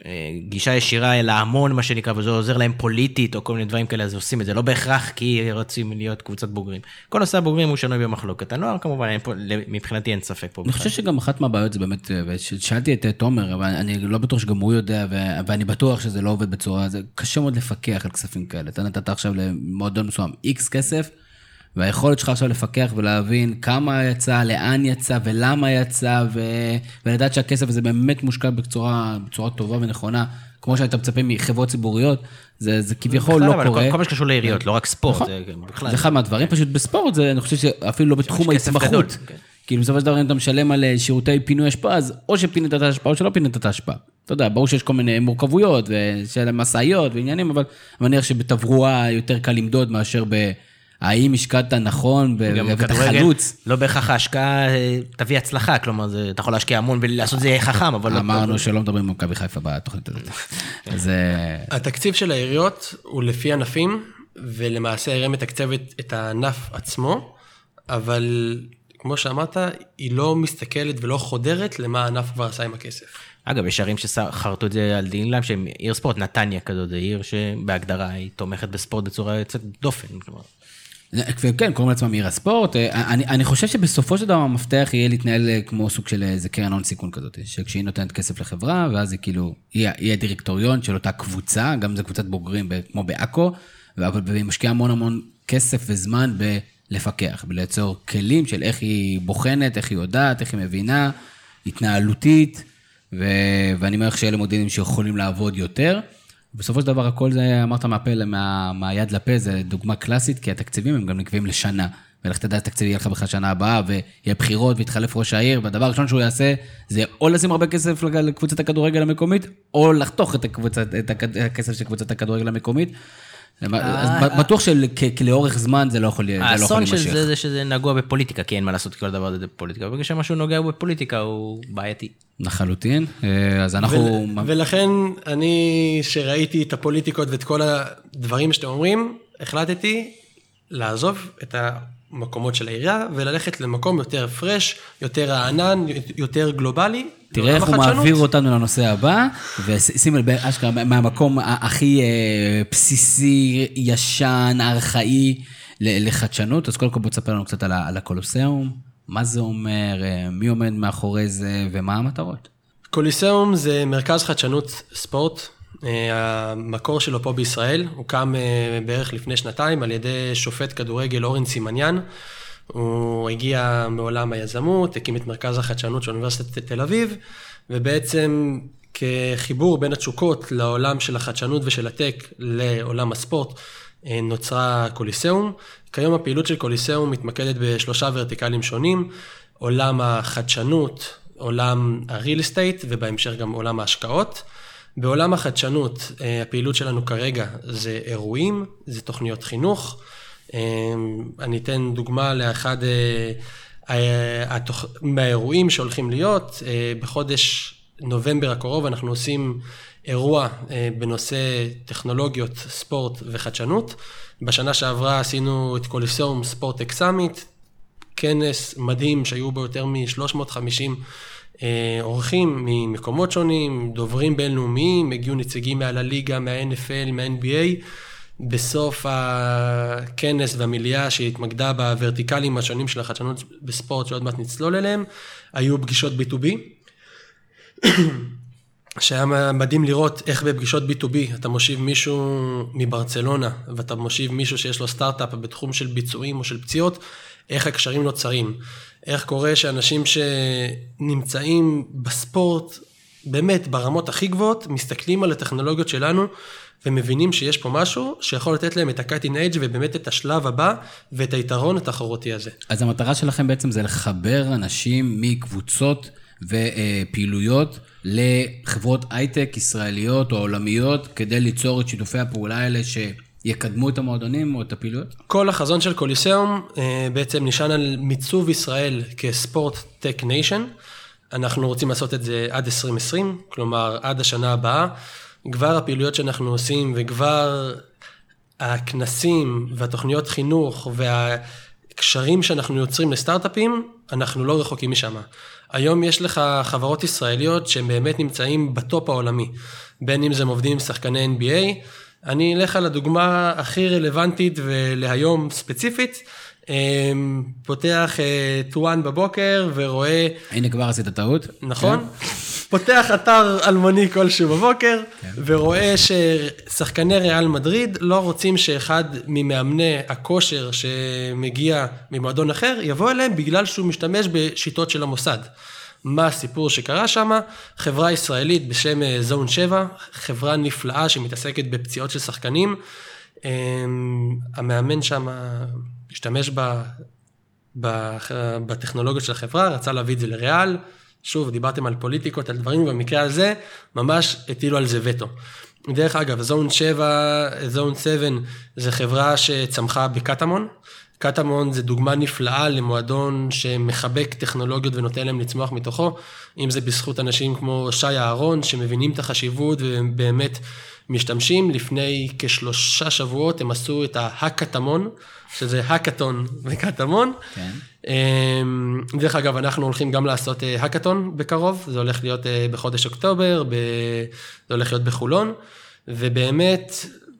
גישה ישירה אל ההמון, מה שנקרא, וזה עוזר להם פוליטית, או כל מיני דברים כאלה, אז עושים את זה, לא בהכרח כי רוצים להיות קבוצת בוגרים. כל נושא הבוגרים הוא שנוי במחלוקת. הנוער, כמובן, מבחינתי אין ספק פה. אני חושב שגם אחת מהבעיות זה באמת, ושאלתי את תומר, אבל אני לא בטוח שגם הוא יודע, ואני בטוח שזה לא עובד בצורה, זה קשה מאוד לפקח על כספים כאלה. אתה נתת עכשיו למועדון מסוים X כסף, והיכולת שלך עכשיו לפקח ולהבין כמה יצא, לאן יצא ולמה יצא, ו... ולדעת שהכסף הזה באמת מושקע בצורה, בצורה טובה ונכונה, כמו שהיית מצפה מחברות ציבוריות, זה, זה כביכול לא קורה. כל מה שקשור לעיריות, לא רק ספורט. זה זה אחד מהדברים, פשוט בספורט, זה, אני חושב שאפילו לא בתחום ההתמחות. כאילו בסופו של דבר, אם אתה משלם על שירותי פינוי השפעה, אז או שפינית את ההשפעה, או שלא פינית את ההשפעה. אתה יודע, ברור שיש כל מיני מורכבויות, ושל מסעיות ועניינים, אבל אני מניח שבתברואה יותר קל למדוד מאשר ב... האם השקעת נכון ואת החלוץ? לא בהכרח ההשקעה תביא הצלחה, כלומר, אתה יכול להשקיע המון ולעשות זה חכם, אבל... אמרנו שלא מדברים עם מכבי חיפה בתוכנית הזאת. התקציב של העיריות הוא לפי ענפים, ולמעשה העירייה מתקצבת את הענף עצמו, אבל כמו שאמרת, היא לא מסתכלת ולא חודרת למה הענף כבר עשה עם הכסף. אגב, יש ערים שחרטו את זה על דין להם, שהם עיר ספורט, נתניה כזאת, זה עיר שבהגדרה היא תומכת בספורט בצורה יוצאת דופן, כלומר. כן, קוראים לעצמם עיר הספורט. אני, אני חושב שבסופו של דבר המפתח יהיה להתנהל כמו סוג של איזה קרן הון סיכון כזאת, שכשהיא נותנת כסף לחברה, ואז זה כאילו, יהיה, יהיה דירקטוריון של אותה קבוצה, גם זה קבוצת בוגרים כמו באקו, והיא משקיעה המון המון כסף וזמן בלפקח, בלייצור כלים של איך היא בוחנת, איך היא יודעת, איך היא מבינה, התנהלותית, ו, ואני אומר שאלה מודלים שיכולים לעבוד יותר, בסופו של דבר, הכל זה, אמרת מהפה, מה, מהיד לפה, זה דוגמה קלאסית, כי התקציבים הם גם נקבעים לשנה, ולך תדע, התקציב יהיה לך בכלל שנה הבאה, ויהיה בחירות, ויתחלף ראש העיר, והדבר הראשון שהוא יעשה, זה או לשים הרבה כסף לקבוצת הכדורגל המקומית, או לחתוך את, הקבוצת, את הכסף של קבוצת הכדורגל המקומית. אז בטוח שלאורך זמן זה לא יכול להימשך. האסון של זה זה שזה נגוע בפוליטיקה, כי אין מה לעשות כל דבר זה בפוליטיקה, ובגלל שמשהו נוגע בפוליטיקה הוא בעייתי. לחלוטין, אז אנחנו... ולכן אני, שראיתי את הפוליטיקות ואת כל הדברים שאתם אומרים, החלטתי לעזוב את המקומות של העירייה, וללכת למקום יותר פרש, יותר רענן, יותר גלובלי. תראה איך הוא מעביר אותנו לנושא הבא, ושימו לב, אשכרה, מהמקום הכי בסיסי, ישן, ארכאי, לחדשנות, אז קודם כל בוא תספר לנו קצת על הקולוסיאום, מה זה אומר, מי עומד מאחורי זה, ומה המטרות? קולוסיאום זה מרכז חדשנות ספורט, המקור שלו פה בישראל, הוא קם בערך לפני שנתיים, על ידי שופט כדורגל אורן סימניאן, הוא הגיע מעולם היזמות, הקים את מרכז החדשנות של אוניברסיטת תל אביב, ובעצם כחיבור בין התשוקות לעולם של החדשנות ושל הטק לעולם הספורט, נוצרה קולוסיאום. כיום הפעילות של קולוסיאום מתמקדת בשלושה ורטיקלים שונים, עולם החדשנות, עולם הריל אסטייט, ובהמשך גם עולם ההשקעות. בעולם החדשנות, הפעילות שלנו כרגע זה אירועים, זה תוכניות חינוך, אני אתן דוגמה לאחד מהאירועים שהולכים להיות, בחודש נובמבר הקרוב אנחנו עושים אירוע בנושא טכנולוגיות, ספורט וחדשנות. בשנה שעברה עשינו את קולוסיאום ספורט סאמיט, כנס מדהים שהיו בו יותר מ-שלוש מאות וחמישים אורחים ממקומות שונים, דוברים בינלאומיים, הגיעו נציגים מעל הליגה, מה-אן אף אל, מה-אן בי איי, בסוף הכנס והמיליה שהתמקדה בוורטיקלים השונים של החדשנות בספורט שעוד מעט נצלול אליהם, היו פגישות בי טו בי, שהיה מדהים לראות איך בפגישות בי טו בי אתה מושיב מישהו מברצלונה, ואתה מושיב מישהו שיש לו סטארט-אפ בתחום של ביצועים או של פציעות, איך הקשרים נוצרים, איך קורה שאנשים שנמצאים בספורט, באמת ברמות הכי גבוהות, מסתכלים על הטכנולוגיות שלנו, ומבינים שיש פה משהו שיכול לתת להם את ה-cutting edge, ובאמת את השלב הבא, ואת היתרון התחרותי הזה. אז המטרה שלכם בעצם זה לחבר אנשים מקבוצות ופעילויות לחברות הייטק ישראליות או עולמיות, כדי ליצור את שיתופי הפעולה האלה שיקדמו את המועדונים או את הפעילויות? כל החזון של קולוסיאום בעצם נשען על מיצוב ישראל כספורט טק ניישן. אנחנו רוצים לעשות את זה עד עשרים עשרים, כלומר עד השנה הבאה. כבר הפעילויות שאנחנו עושים וכבר הכנסים והתוכניות חינוך והקשרים שאנחנו יוצרים לסטארט-אפים, אנחנו לא רחוקים משם. היום יש לך חברות ישראליות שהם באמת נמצאים בטופ העולמי, בין אם זה עובדים עם שחקני אן בי איי, אני אלך על הדוגמה הכי רלוונטית ולהיום ספציפית, פותח טואן בבוקר ורואה... הנה כבר עשית טעות. נכון. פותח אתר אלמוני כלשהו בבוקר, ורואה ששחקני ריאל מדריד לא רוצים שאחד ממאמני הכושר שמגיע ממועדון אחר, יבוא אליהם בגלל שהוא משתמש בשיטות של המוסד. מה הסיפור שקרה שם? חברה ישראלית בשם זון שבע, חברה נפלאה שמתעסקת בפציעות של שחקנים, המאמן שם השתמש ב, ב, בטכנולוגיות של החברה, רצה להביא את זה לריאל, שוב, דיברתם על פוליטיקות, על דברים, ובמקרה הזה ממש הטילו על זה וטו. דרך אגב, זון שבע, זון שבע זה חברה שצמחה בקטמון, קטמון זה דוגמה נפלאה למועדון שמחבק טכנולוגיות ונותן להם לצמוח מתוכו, אם זה בזכות אנשים כמו שי אהרון, שמבינים את החשיבות ובאמת משתמשים. לפני כשלושה שבועות הם עשו את ההקטמון, שזה הקטון וקטמון. כן. דרך אגב, אנחנו הולכים גם לעשות הקטון בקרוב, זה הולך להיות בחודש אוקטובר, זה הולך להיות בחולון, ובאמת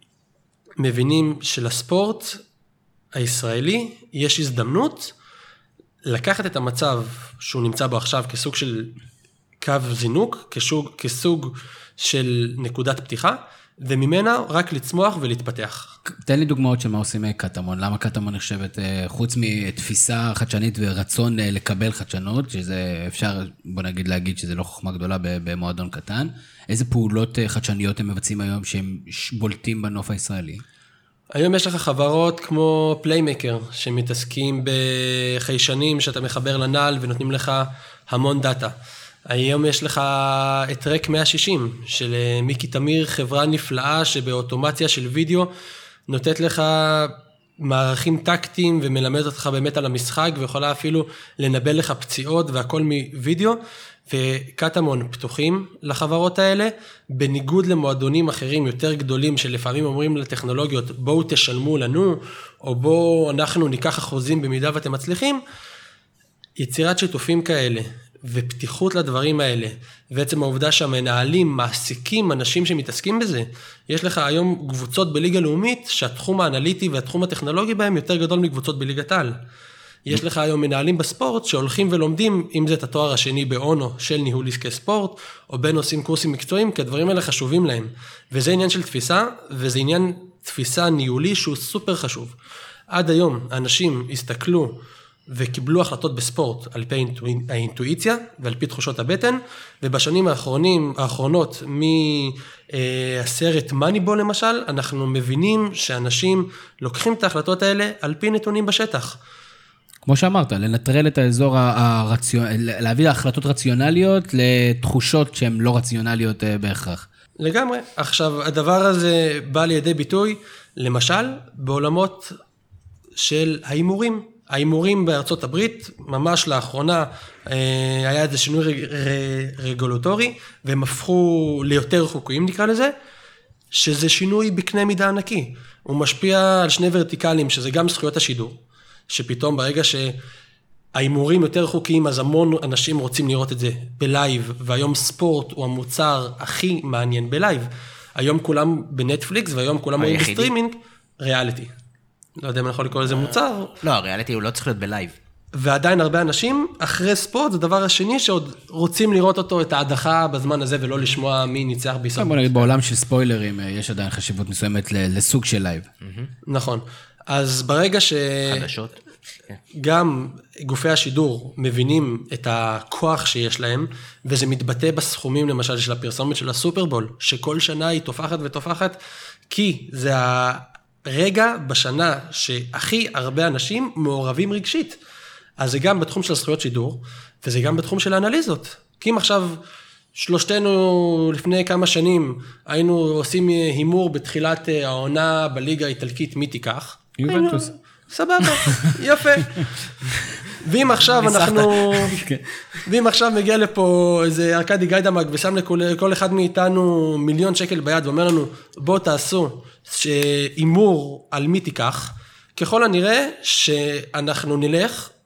מבינים שלספורט הישראלי יש הזדמנות לקחת את המצב שהוא נמצא בו עכשיו כסוג של קו זינוק, כסוג, כסוג של נקודת פתיחה, וממנה רק לצמוח ולהתפתח. תן לי דוגמאות של מה עושים קטמון. למה קטמון נחשבת, חוץ מתפיסה חדשנית ורצון לקבל חדשנות, שזה אפשר, בוא נגיד להגיד שזה לא חוכמה גדולה במועדון קטן, איזה פעולות חדשניות הם מבצעים היום שהם בולטים בנוף הישראלי? היום יש לך חברות כמו פליימקר, שמתעסקים בחיישנים שאתה מחבר לנעל ונותנים לך המון דאטה. היום יש לך את רק מאה שישים של מיקי תמיר, חברה נפלאה שבאוטומציה של וידאו נותנת לך מערכים טקטיים ומלמד אותך באמת על המשחק, ויכולה אפילו לנבל לך פציעות והכל מווידאו, וקטמון פתוחים לחברות האלה, בניגוד למועדונים אחרים יותר גדולים שלפעמים אומרים לטכנולוגיות בואו תשלמו לנו, או בואו אנחנו ניקח אחוזים במידה ואתם מצליחים. יצירת שיתופים כאלה ופתיחות לדברים האלה, ועצם העובדה שהמנהלים מעסיקים אנשים שמתעסקים בזה, יש לך היום קבוצות בליגה לאומית שהתחום האנליטי והתחום הטכנולוגי בהם יותר גדול מקבוצות בליגת העל. יש לך היום מנהלים בספורט שהולכים ולומדים, אם זה את התואר השני באונו של ניהול עסקי ספורט, או בין עושים קורסים מקצועיים, כי הדברים האלה חשובים להם. וזה עניין של תפיסה, וזה עניין תפיסה ניהולי שהוא סופר חשוב. עד היום אנשים הסתכלו וקיבלו החלטות בספורט על פי האינטואיציה ועל פי תחושות הבטן, ובשנים האחרונים, האחרונות מהסרט מניבול למשל, אנחנו מבינים שאנשים לוקחים את ההחלטות האלה על פי נתונים בשטח. כמו שאמרת, לנטרל את האזור הרציונלי, להביא החלטות רציונליות לתחושות שהן לא רציונליות בהכרח. לגמרי. עכשיו, הדבר הזה בא לידי ביטוי, למשל, בעולמות של ההימורים. ההימורים בארצות הברית, ממש לאחרונה, היה איזה שינוי רגולטורי, והם הפכו ליותר חוקיים, נקרא לזה, שזה שינוי בקנה מידה ענקי. הוא משפיע על שני ורטיקלים, שזה גם זכויות השידור, שפתאום ברגע שההימורים יותר חוקיים, אז המון אנשים רוצים לראות את זה בלייב, והיום ספורט הוא המוצר הכי מעניין בלייב. היום כולם בנטפליקס, והיום כולם רואים בסטרימינג, ריאליטי. לא יודע אם אני יכול לקרוא לזה מוצר. לא, הריאליטי הוא לא צריך להיות בלייב. ועדיין הרבה אנשים, אחרי ספורט, זה דבר השני שעוד רוצים לראות אותו, את ההדחה בזמן הזה, ולא לשמוע מי ניצח בישראל. בוא נגיד, בעולם של ספוילרים, יש עדיין חשיבות מסוימת לסוג של לייב. נכון. אז ברגע ש... חדשות. גם גופי השידור מבינים את הכוח שיש להם, וזה מתבטא בסכומים למשל של הפרסומת של הסופרבול, שכל שנה היא תופחת ותופחת, כי זה הרגע בשנה שהכי הרבה אנשים מעורבים רגשית. אז זה גם בתחום של זכויות שידור, וזה גם בתחום של האנליזות. כי אם עכשיו שלושתנו לפני כמה שנים היינו עושים הימור בתחילת העונה בליגה האיטלקית, מי תיקח? יובנטוס. סבבה, יפה. ואם עכשיו אנחנו, ואם עכשיו מגיע לפה איזה ארקדי גיידמק ושם לכל אחד מאיתנו מיליון שקל ביד ואומר לנו, בוא תעשו שהימור על מי תיקח, ככל הנראה שאנחנו נלך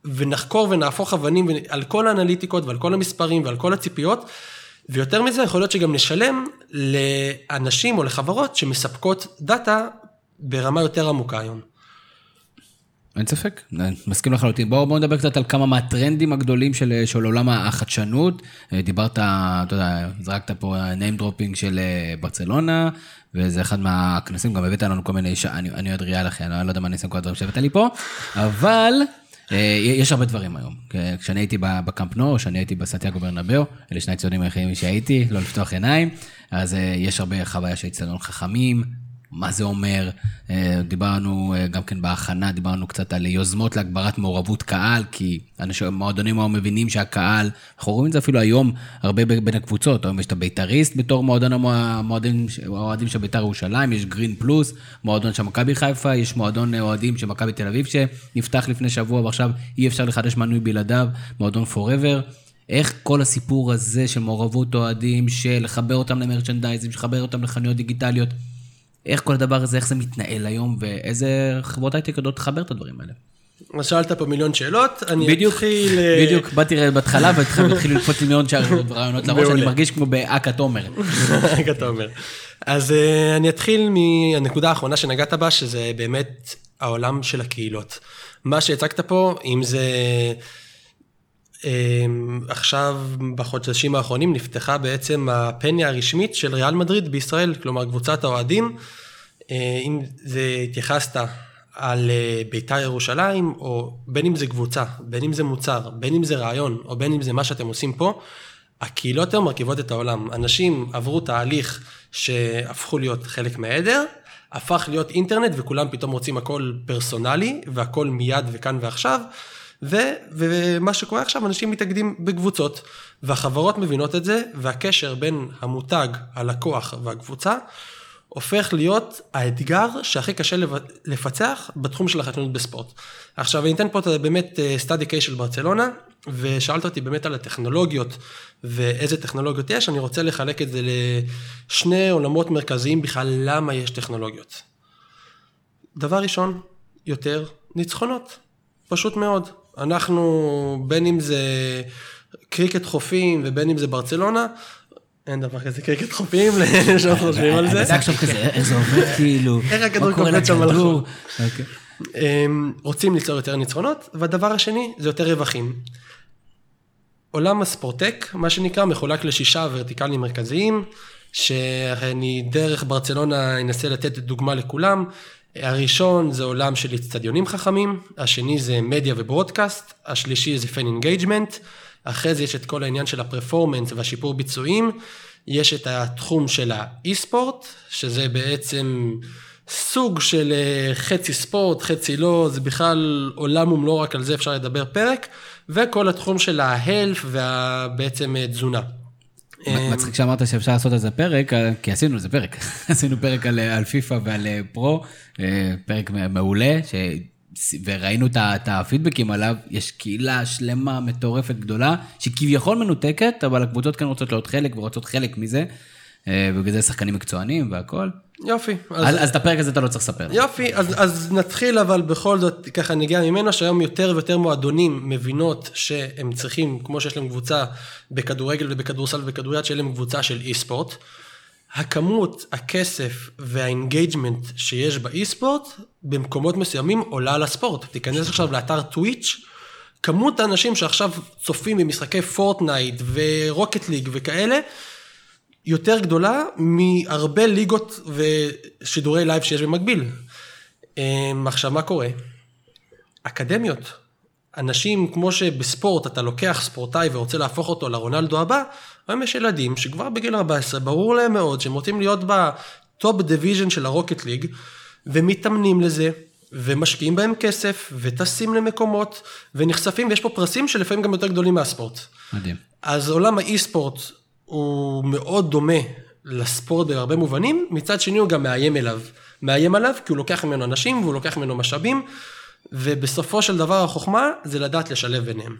ונחקור ונהפוך אבנים על כל האנליטיקות ועל כל המספרים ועל כל הציפיות, ויותר מזה יכול להיות שגם נשלם לאנשים או לחברות שמספקות דאטה ברמה יותר עמוקה היום. אין ספק, מסכים לחלוטין. בואו בוא נדבר קצת על כמה מהטרנדים הגדולים של, של עולם החדשנות. דיברת, אתה יודע, זרקת פה name dropping של ברצלונה, וזה אחד מהכנסים, גם הבאת לנו כל מיני, ש... אני, אני עוד ריאל אחי, אני לא יודע מה ניסים כל הדברים שהבאת לי פה, אבל יש הרבה דברים היום. כשאני הייתי בקאמפ נו, כשאני הייתי בסנטיאגו ברנבאו, אלה שני ציונים היחידים שהייתי, לא לפתוח עיניים, אז יש הרבה חוויה של אצטדיון חכמים, מה זה אומר, דיברנו גם כן בהכנה, דיברנו קצת על יוזמות להגברת מעורבות קהל, כי המועדונים היום מבינים שהקהל, אנחנו רואים את זה אפילו היום הרבה בין הקבוצות, היום יש את הבית"ריסט בתור מועדון המועדים של בית"ר ירושלים, יש גרין פלוס, מועדון של מכבי חיפה, יש מועדון אוהדים של מכבי תל אביב שנפתח לפני שבוע, ועכשיו אי אפשר לחדש מנוי בלעדיו, מועדון פוראבר. איך כל הסיפור הזה של מעורבות אוהדים, של לחבר אותם למרצ'נדייזים, לחבר אותם לחנויות דיגיטליות, איך כל הדבר הזה, איך זה מתנהל היום, ואיזה חברות הייטק יודעות לחבר את הדברים האלה? אז שאלת פה מיליון שאלות, אני בדיוק, אתחיל... בדיוק, באתי בהתחלה, והתחיל לקפוץ מיליון רעיונות לראש, אני מרגיש כמו באקה תומר. אקה תומר. אז אני אתחיל מהנקודה האחרונה שנגעת בה, שזה באמת העולם של הקהילות. מה שהצגת פה, אם זה... עכשיו בחודשים האחרונים נפתחה בעצם הפניה הרשמית של ריאל מדריד בישראל, כלומר קבוצת האוהדים, אם זה התייחסת על בית"ר ירושלים, או בין אם זה קבוצה, בין אם זה מוצר, בין אם זה רעיון, או בין אם זה מה שאתם עושים פה, הקהילות היום מרכיבות את העולם. אנשים עברו תהליך שהפכו להיות חלק מהעדר, הפך להיות אינטרנט וכולם פתאום רוצים הכל פרסונלי, והכל מיד וכאן ועכשיו, ו, ומה שקורה עכשיו, אנשים מתאגדים בקבוצות, והחברות מבינות את זה, והקשר בין המותג, הלקוח והקבוצה, הופך להיות האתגר שהכי קשה לפצח בתחום של החדשנות בספורט. עכשיו, אני אתן פה באמת סטאדי קייס של ברצלונה, ושאלת אותי באמת על הטכנולוגיות, ואיזה טכנולוגיות יש, אני רוצה לחלק את זה לשני עולמות מרכזיים בכלל, למה יש טכנולוגיות. דבר ראשון, יותר ניצחונות. פשוט מאוד. אנחנו, בין אם זה קריקט חופים, ובין אם זה ברצלונה, אין דבר כזה קריקט חופים, שאנחנו חושבים על זה. זה עכשיו כזה, איך זה עובד כאילו? איך הכדור קופץ שם על החור. רוצים ליצור יותר ניצחונות, והדבר השני זה יותר רווחים. עולם הספורטק, מה שנקרא, מחולק לשישה ורטיקלים מרכזיים, שאני דרך ברצלונה אנסה לתת דוגמה לכולם. הראשון זה עולם של אצטדיונים חכמים, השני זה מדיה וברודקאסט, השלישי זה פן אינגייג'מנט, אחרי זה יש את כל העניין של הפרפורמנס והשיפור ביצועים, יש את התחום של האי-ספורט, שזה בעצם סוג של חצי ספורט, חצי לא, זה בכלל עולם ומלוא, רק על זה אפשר לדבר פרק, וכל התחום של ההלף ובעצם תזונה. מצחיק שאמרת שאפשר לעשות איזה פרק, כי עשינו איזה פרק, עשינו פרק על, על פיפה ועל פרו, פרק מעולה, ש... וראינו את הפידבקים עליו, יש קהילה שלמה, מטורפת, גדולה, שכביכול מנותקת, אבל הקבוצות כאן רוצות להיות חלק, ורוצות חלק מזה, ובגלל זה שחקנים מקצוענים והכל. יופי. אז, אז את הפרק הזה אתה לא צריך לספר. יופי, אז, אז נתחיל, אבל בכל זאת, ככה נגיע ממנו, שהיום יותר ויותר מועדונים מבינות שהם צריכים, כמו שיש להם קבוצה בכדורגל ובכדורסל ובכדוריד, שיהיה להם קבוצה של אי-ספורט. הכמות, הכסף והאינגייג'מנט שיש באי-ספורט, במקומות מסוימים עולה על הספורט. תיכנס עכשיו לאתר טוויץ', כמות האנשים שעכשיו צופים במשחקי פורטנייט ורוקט ליג וכאלה, יותר גדולה מהרבה ליגות ושידורי לייב שיש במקביל. עכשיו, מה קורה? אקדמיות. אנשים, כמו שבספורט אתה לוקח ספורטאי ורוצה להפוך אותו לרונלדו הבא, היום יש ילדים שכבר בגיל ארבע עשרה, ברור להם מאוד שהם רוצים להיות בטופ דיוויז'ן של הרוקט ליג, ומתאמנים לזה, ומשקיעים בהם כסף, וטסים למקומות, ונחשפים, ויש פה פרסים שלפעמים גם יותר גדולים מהספורט. מדהים. אז עולם האי-ספורט הוא מאוד דומה לספורט בהרבה מובנים, מצד שני הוא גם מאיים אליו. מאיים עליו כי הוא לוקח ממנו אנשים, והוא לוקח ממנו משאבים, ובסופו של דבר החוכמה זה לדעת לשלב ביניהם.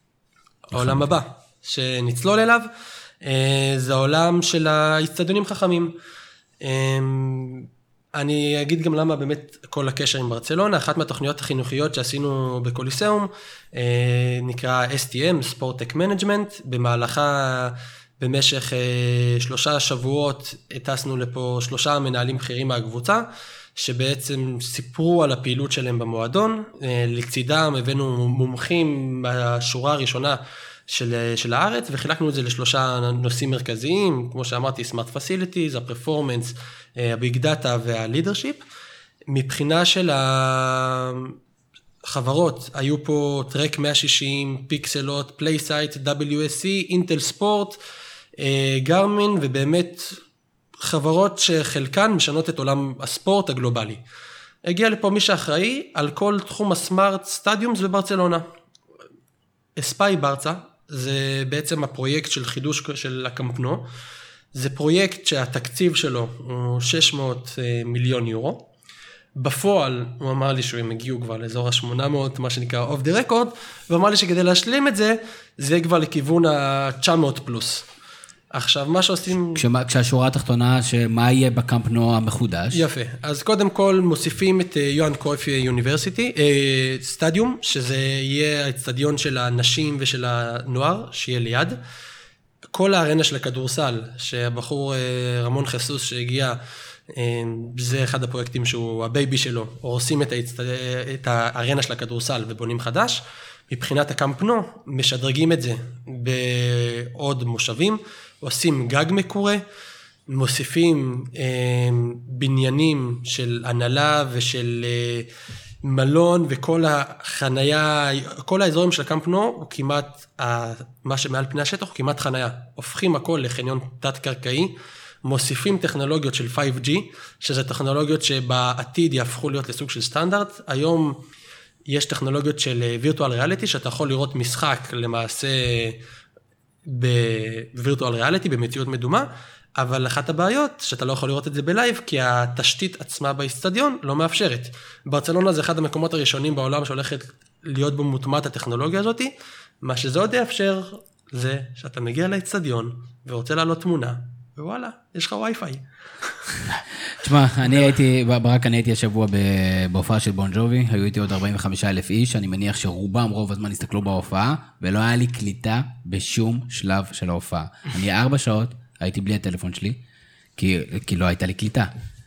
העולם הבא שנצלול אליו, זה העולם של האצטדיונים חכמים. אני אגיד גם למה באמת כל הקשר עם ברצלונה, אחת מהתוכניות החינוכיות שעשינו בקוליסאום, נקרא אס טי אם, Sport Tech Management, במהלכה במשך שלושה שבועות הטסנו לפה שלושה מנהלים בכירים מהקבוצה, שבעצם סיפרו על הפעילות שלהם במועדון, לצידם הבאנו מומחים בשורה הראשונה של, של הארץ, וחילקנו את זה לשלושה נושאים מרכזיים, כמו שאמרתי, Smart Facilities, ה-Performance, ה-Big Data וה-Leadership. מבחינה של החברות, היו פה טרק מאה שישים, פיקסלות, פלייסייט, דאבליו אס סי, אינטל ספורט, גרמין, ובאמת חברות שחלקן משנות את עולם הספורט הגלובלי. הגיע לפה מי שאחראי על כל תחום הסמארט סטדיומס בברצלונה. אספאי ברצה, זה בעצם הפרויקט של חידוש של הקמפנו, זה פרויקט שהתקציב שלו הוא שש מאות מיליון יורו, בפועל הוא אמר לי שהם הגיעו כבר לאזור ה-שמונה מאות, מה שנקרא off the record, ואמר לי שכדי להשלים את זה, זה כבר לכיוון ה-תשע מאות פלוס. עכשיו, מה שעושים... כשמה, כשהשורה התחתונה, שמה יהיה בקמפנו המחודש? יפה. אז קודם כל מוסיפים את יוהאן קרויף יוניברסיטי, סטדיום, שזה יהיה האצטדיון של הנשים ושל הנוער, שיהיה ליד. כל הארנה של הכדורסל, שהבחור רמון חסוס שהגיע, זה אחד הפרויקטים שהוא הבייבי שלו, הורסים את, ההצט... את הארנה של הכדורסל ובונים חדש. מבחינת הקמפנו, משדרגים את זה בעוד מושבים, עושים גג מקורה, מוסיפים אה, בניינים של הנהלה ושל אה, מלון, וכל החנייה, כל האזורים של הקמפנו, הוא כמעט, אה, מה שמעל פני השטח, הוא כמעט חנייה. הופכים הכל לחניון תת-קרקעי, מוסיפים טכנולוגיות של פייב ג'י, שזה טכנולוגיות שבעתיד יהפכו להיות לסוג של סטנדרט. היום יש טכנולוגיות של וירטואל ריאליטי, שאתה יכול לראות משחק למעשה בווירטואל ריאליטי, במציאות מדומה, אבל אחת הבעיות שאתה לא יכול לראות את זה בלייב, כי התשתית עצמה באצטדיון לא מאפשרת. ברצלונה זה אחד המקומות הראשונים בעולם שהולכת להיות בו מוטמעת הטכנולוגיה הזאת, מה שזה עוד יאפשר זה שאתה מגיע לאצטדיון ורוצה לעלות תמונה, ווואלה, יש לך וי-פיי. תשמע, אני הייתי, ברק, אני הייתי השבוע בהופעה של בון ג'ובי, היו איתי עוד ארבעים וחמישה אלף איש, אני מניח שרובם רוב הזמן הסתכלו בהופעה, ולא היה לי קליטה בשום שלב של ההופעה. אני ארבע שעות, הייתי בלי הטלפון שלי, כי, כי לא הייתה לי קליטה.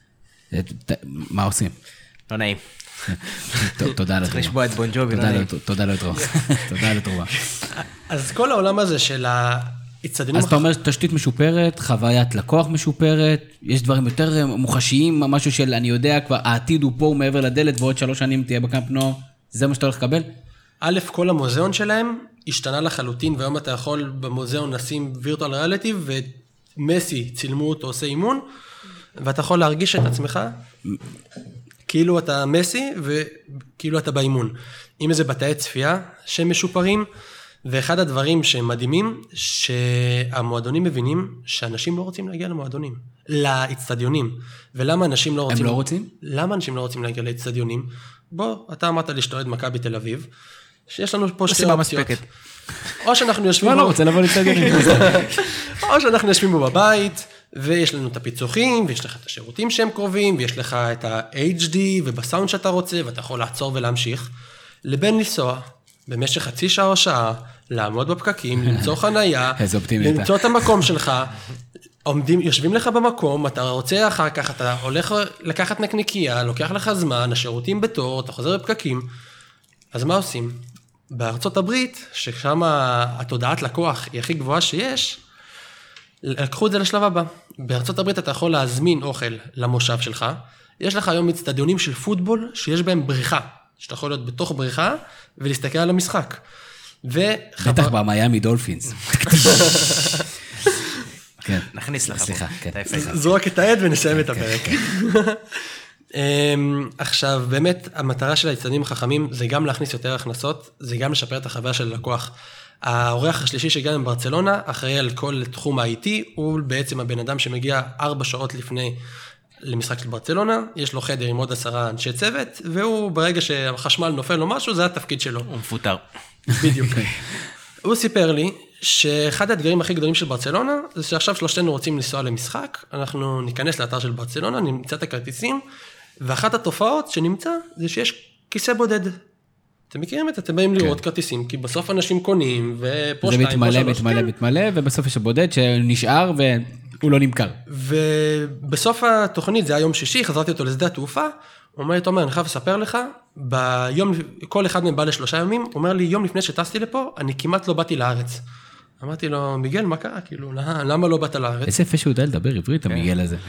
מה עושים? לא נעים. תודה לתרומה. צריך לשמוע את בון ג'ובי, לא נעים. תודה לתרומה. תודה לתרומה. אז כל העולם הזה של ה... אז אתה אומר, תשתית משופרת, חוויית לקוח משופרת, יש דברים יותר מוחשיים, משהו של, אני יודע, כבר העתיד הוא פה, הוא מעבר לדלת, ועוד שלוש שנים תהיה בקמפנו, זה מה שאתה הולך לקבל? א', כל המוזיאון שלהם השתנה לחלוטין, והיום אתה יכול במוזיאון לשים וירטואל ריאליטי, ומסי צילמו אותו עושה אימון, ואתה יכול להרגיש את עצמך, כאילו אתה מסי, וכאילו אתה באימון. עם איזה בתאי צפייה שהם משופרים, ואחד הדברים שהם מדהימים, שהמועדונים מבינים שאנשים לא רוצים להגיע למועדונים, לאצטדיונים. ולמה אנשים לא רוצים... הם לא רוצים? למה אנשים לא רוצים להגיע לאצטדיונים? בוא, אתה אמרת לי שאתה אוהד מכבי תל אביב, שיש לנו פה שתי אופציות. או שאנחנו יושבים... לא, לא רוצה לבוא לאצטדיונים. או שאנחנו יושבים בו בבית, ויש לנו את הפיצוחים, ויש לך את השירותים שהם קרובים, ויש לך את ה-אייץ' די, ובסאונד שאתה רוצה, ואתה יכול לעצור ולהמשיך, לבין לנסוע. במשך חצי שעה או שעה, לעמוד בפקקים, למצוא חנייה, למצוא את המקום שלך, עומדים, יושבים לך במקום, אתה רוצה אחר כך, אתה הולך לקחת נקניקייה, לוקח לך זמן, השירותים בתור, אתה חוזר בפקקים, אז מה עושים? בארצות הברית, ששם התודעת לקוח היא הכי גבוהה שיש, לקחו את זה לשלב הבא. בארצות הברית אתה יכול להזמין אוכל למושב שלך, יש לך היום אצטדיונים של פוטבול שיש בהם בריכה, שאתה יכול להיות בתוך בריכה ולהסתכל על המשחק. בטח במיימי דולפינס. נכניס לך. סליחה. זרוק את העד ונסיים את הפרק. עכשיו, באמת, המטרה של האצטדיונים החכמים זה גם להכניס יותר הכנסות, זה גם לשפר את החוויה של הלקוח. האורח השלישי שהגיע מברצלונה, אחראי על כל תחום ה-איי טי, הוא בעצם הבן אדם שמגיע ארבע שעות לפני למשחק של ברצלונה, יש לו חדר עם עוד עשרה אנשי צוות, והוא ברגע שהחשמל נופל לו משהו, זה התפקיד שלו. הוא מפוטר. בדיוק. הוא סיפר לי שאחד האתגרים הכי גדולים של ברצלונה, זה שעכשיו שלושתנו רוצים לנסוע למשחק, אנחנו ניכנס לאתר של ברצלונה, נמצא את הכרטיסים, ואחת התופעות שנמצא, זה שיש כיסא בודד. אתם מכירים את זה? אתם באים לראות כרטיסים, כי בסוף אנשים קונים, ופה שתיים, פה שלוש. זה מתמלא, מתמלא, מתמלא, ובסוף יש הבודד שנשאר והוא לא נמכר. ובסוף התוכנית, זה היה יום שישי, חזרתי אותו לשדה התעופה, הוא אומר לי, תומר, אני חייב לספר לך, ביום, כל אחד מהם בא לשלושה ימים, הוא אומר לי, יום לפני שטסתי לפה, אני כמעט לא באתי לארץ. אמרתי לו, מיגל, מה קרה? כאילו, למה לא באת לארץ? איזה יפה שהוא יודע לדבר עברית, המיגל הזה.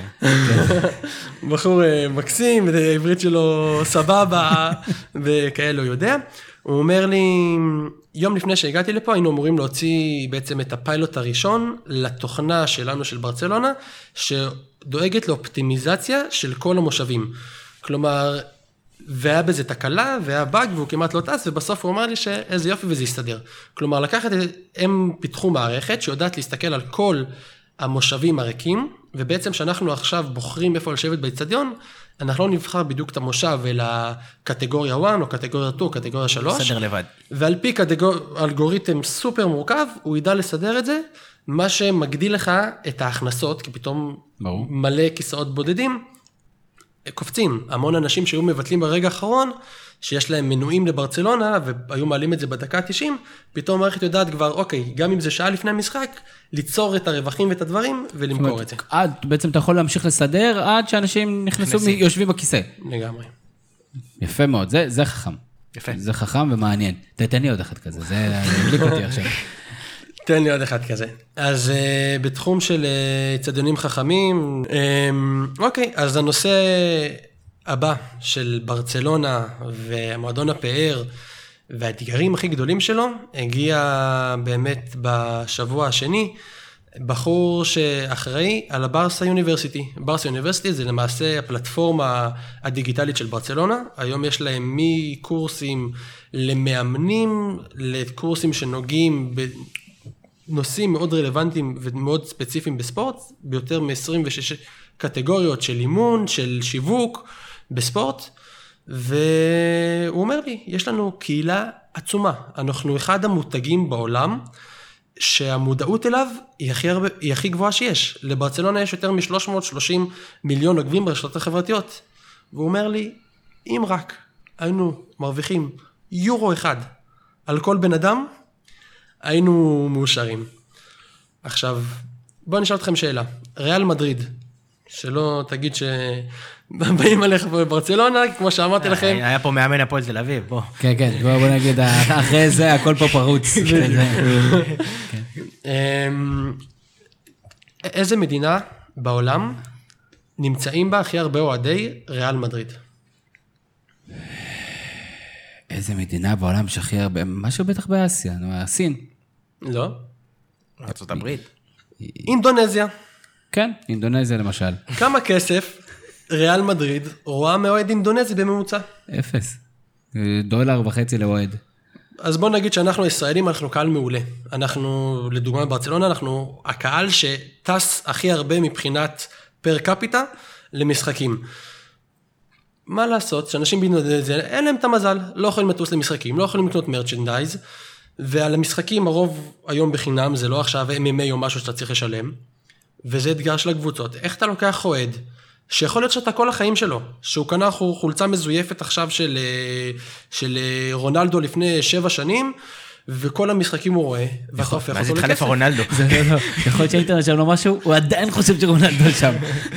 בחור מקסים, העברית שלו סבבה, וכאלה הוא יודע. הוא אומר לי, יום לפני שהגעתי לפה, היינו אמורים להוציא בעצם את הפיילוט הראשון, לתוכנה שלנו של ברצלונה, שדואגת לאופטימיזציה של כל המושבים. כלומר, והיה בזה תקלה, והיה באג, והוא כמעט לא טס, ובסוף הוא אמר לי שאיזה יופי וזה יסתדר. כלומר, לקחת, הם פיתחו מערכת שיודעת להסתכל על כל המושבים הריקים, ובעצם שאנחנו עכשיו בוחרים איפה לשבת באצטדיון, אנחנו לא נבחר בדיוק את המושב, אלא קטגוריה אחת, או קטגוריה שתיים, או קטגוריה שלוש. סדר לבד. ועל פי קטגור... אלגוריתם סופר מורכב, הוא ידע לסדר את זה, מה שמגדיל לך את ההכנסות, כי פתאום ברור. מלא כיסאות בודדים, קופצים, המון אנשים שהיו מבטלים ברגע האחרון, שיש להם מנויים לברצלונה, והיו מעלים את זה בדקה ה-תשעים, פתאום המערכת יודעת כבר, אוקיי, גם אם זה שעה לפני המשחק, ליצור את הרווחים ואת הדברים, ולמכור את זה. עד, בעצם אתה יכול להמשיך לסדר, עד שאנשים נכנסו, יושבים בכיסא. לגמרי. יפה מאוד, זה, זה חכם. יפה. זה חכם ומעניין. תתן לי עוד אחד כזה, זה הבליק אותי עכשיו. תן לי עוד אחד כזה. אז uh, בתחום של uh, צדיונים חכמים, um, אוקיי, אז הנושא הבא של ברצלונה והמועדון הפאר והאתגרים הכי גדולים שלו, הגיע באמת בשבוע השני, בחור שאחראי על הברסה יוניברסיטי. ברסה יוניברסיטי זה למעשה הפלטפורמה הדיגיטלית של ברצלונה, היום יש להם מקורסים למאמנים, לקורסים שנוגעים ב... נושאים מאוד רלוונטיים ומאוד ספציפיים בספורט, ביותר מ-עשרים ושש קטגוריות של אימון, של שיווק בספורט, והוא אומר לי, יש לנו קהילה עצומה, אנחנו אחד המותגים בעולם, שהמודעות אליו היא הכי, הרבה, היא הכי גבוהה שיש, לברצלונה יש יותר מ-שלוש מאות ושלושים מיליון עוקבים ברשתות החברתיות, והוא אומר לי, אם רק היינו מרוויחים יורו אחד על כל בן אדם, היינו מאושרים. עכשיו, בואו נשאל אתכם שאלה. ריאל מדריד, שלא תגיד שבאים עליך בברצלונה, כמו שאמרתי לכם. היה פה מאמן הפועל תל אביב, בוא. כן, כן, בואו נגיד, אחרי זה הכל פה פרוץ. איזה מדינה בעולם נמצאים בה הכי הרבה אוהדי ריאל מדריד? איזה מדינה בעולם שהכי הרבה, משהו בטח באסיה, סין. לא. ארצות הברית. אינדונזיה. כן, אינדונזיה למשל. כמה כסף ריאל מדריד רואה מאוהד אינדונזי בממוצע? אפס. דולר וחצי לאוהד. אז בוא נגיד שאנחנו ישראלים, אנחנו קהל מעולה. אנחנו, לדוגמה ברצלונה, אנחנו הקהל שטס הכי הרבה מבחינת פר קפיטה למשחקים. מה לעשות? שאנשים באינדונזיה, אין להם את המזל, לא יכולים לטוס למשחקים, לא יכולים לקנות מרצ'נדייז, ועל המשחקים הרוב היום בחינם, זה לא עכשיו אם אם איי או משהו שאתה צריך לשלם, וזה אתגר של הקבוצות. איך אתה לוקח אוהד, שיכול להיות שאתה כל החיים שלו, שהוא קנה חולצה מזויפת עכשיו של, של רונלדו לפני שבע שנים, וכל המשחקים הוא רואה, ואתה הופך אותו לכסף. אז התחלף הרונלדו. יכול להיות שהיית רשם לו משהו, הוא עדיין חושב שרונלדו שם.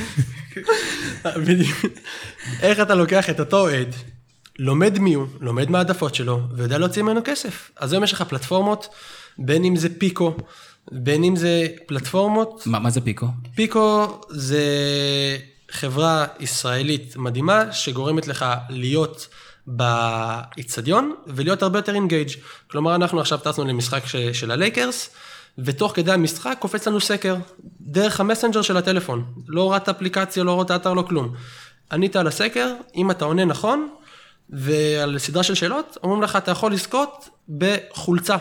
איך אתה לוקח את אותו אוהד, לומד מי הוא, לומד מה העדפות שלו, ויודע להוציא ממנו כסף. אז היום יש לך פלטפורמות, בין אם זה פיקו, בין אם זה פלטפורמות. מה, מה זה פיקו? פיקו זה חברה ישראלית מדהימה, שגורמת לך להיות באצטדיון, ולהיות הרבה יותר אינגייג'. כלומר, אנחנו עכשיו טסנו למשחק של, של הלייקרס, ותוך כדי המשחק קופץ לנו סקר, דרך המסנג'ר של הטלפון. לא הורדת אפליקציה, לא הורדת אתר, לא כלום. ענית על הסקר, אם אתה עונה נכון, ועל סדרה של שאלות, אומרים לך, אתה יכול לזכות בחולצה.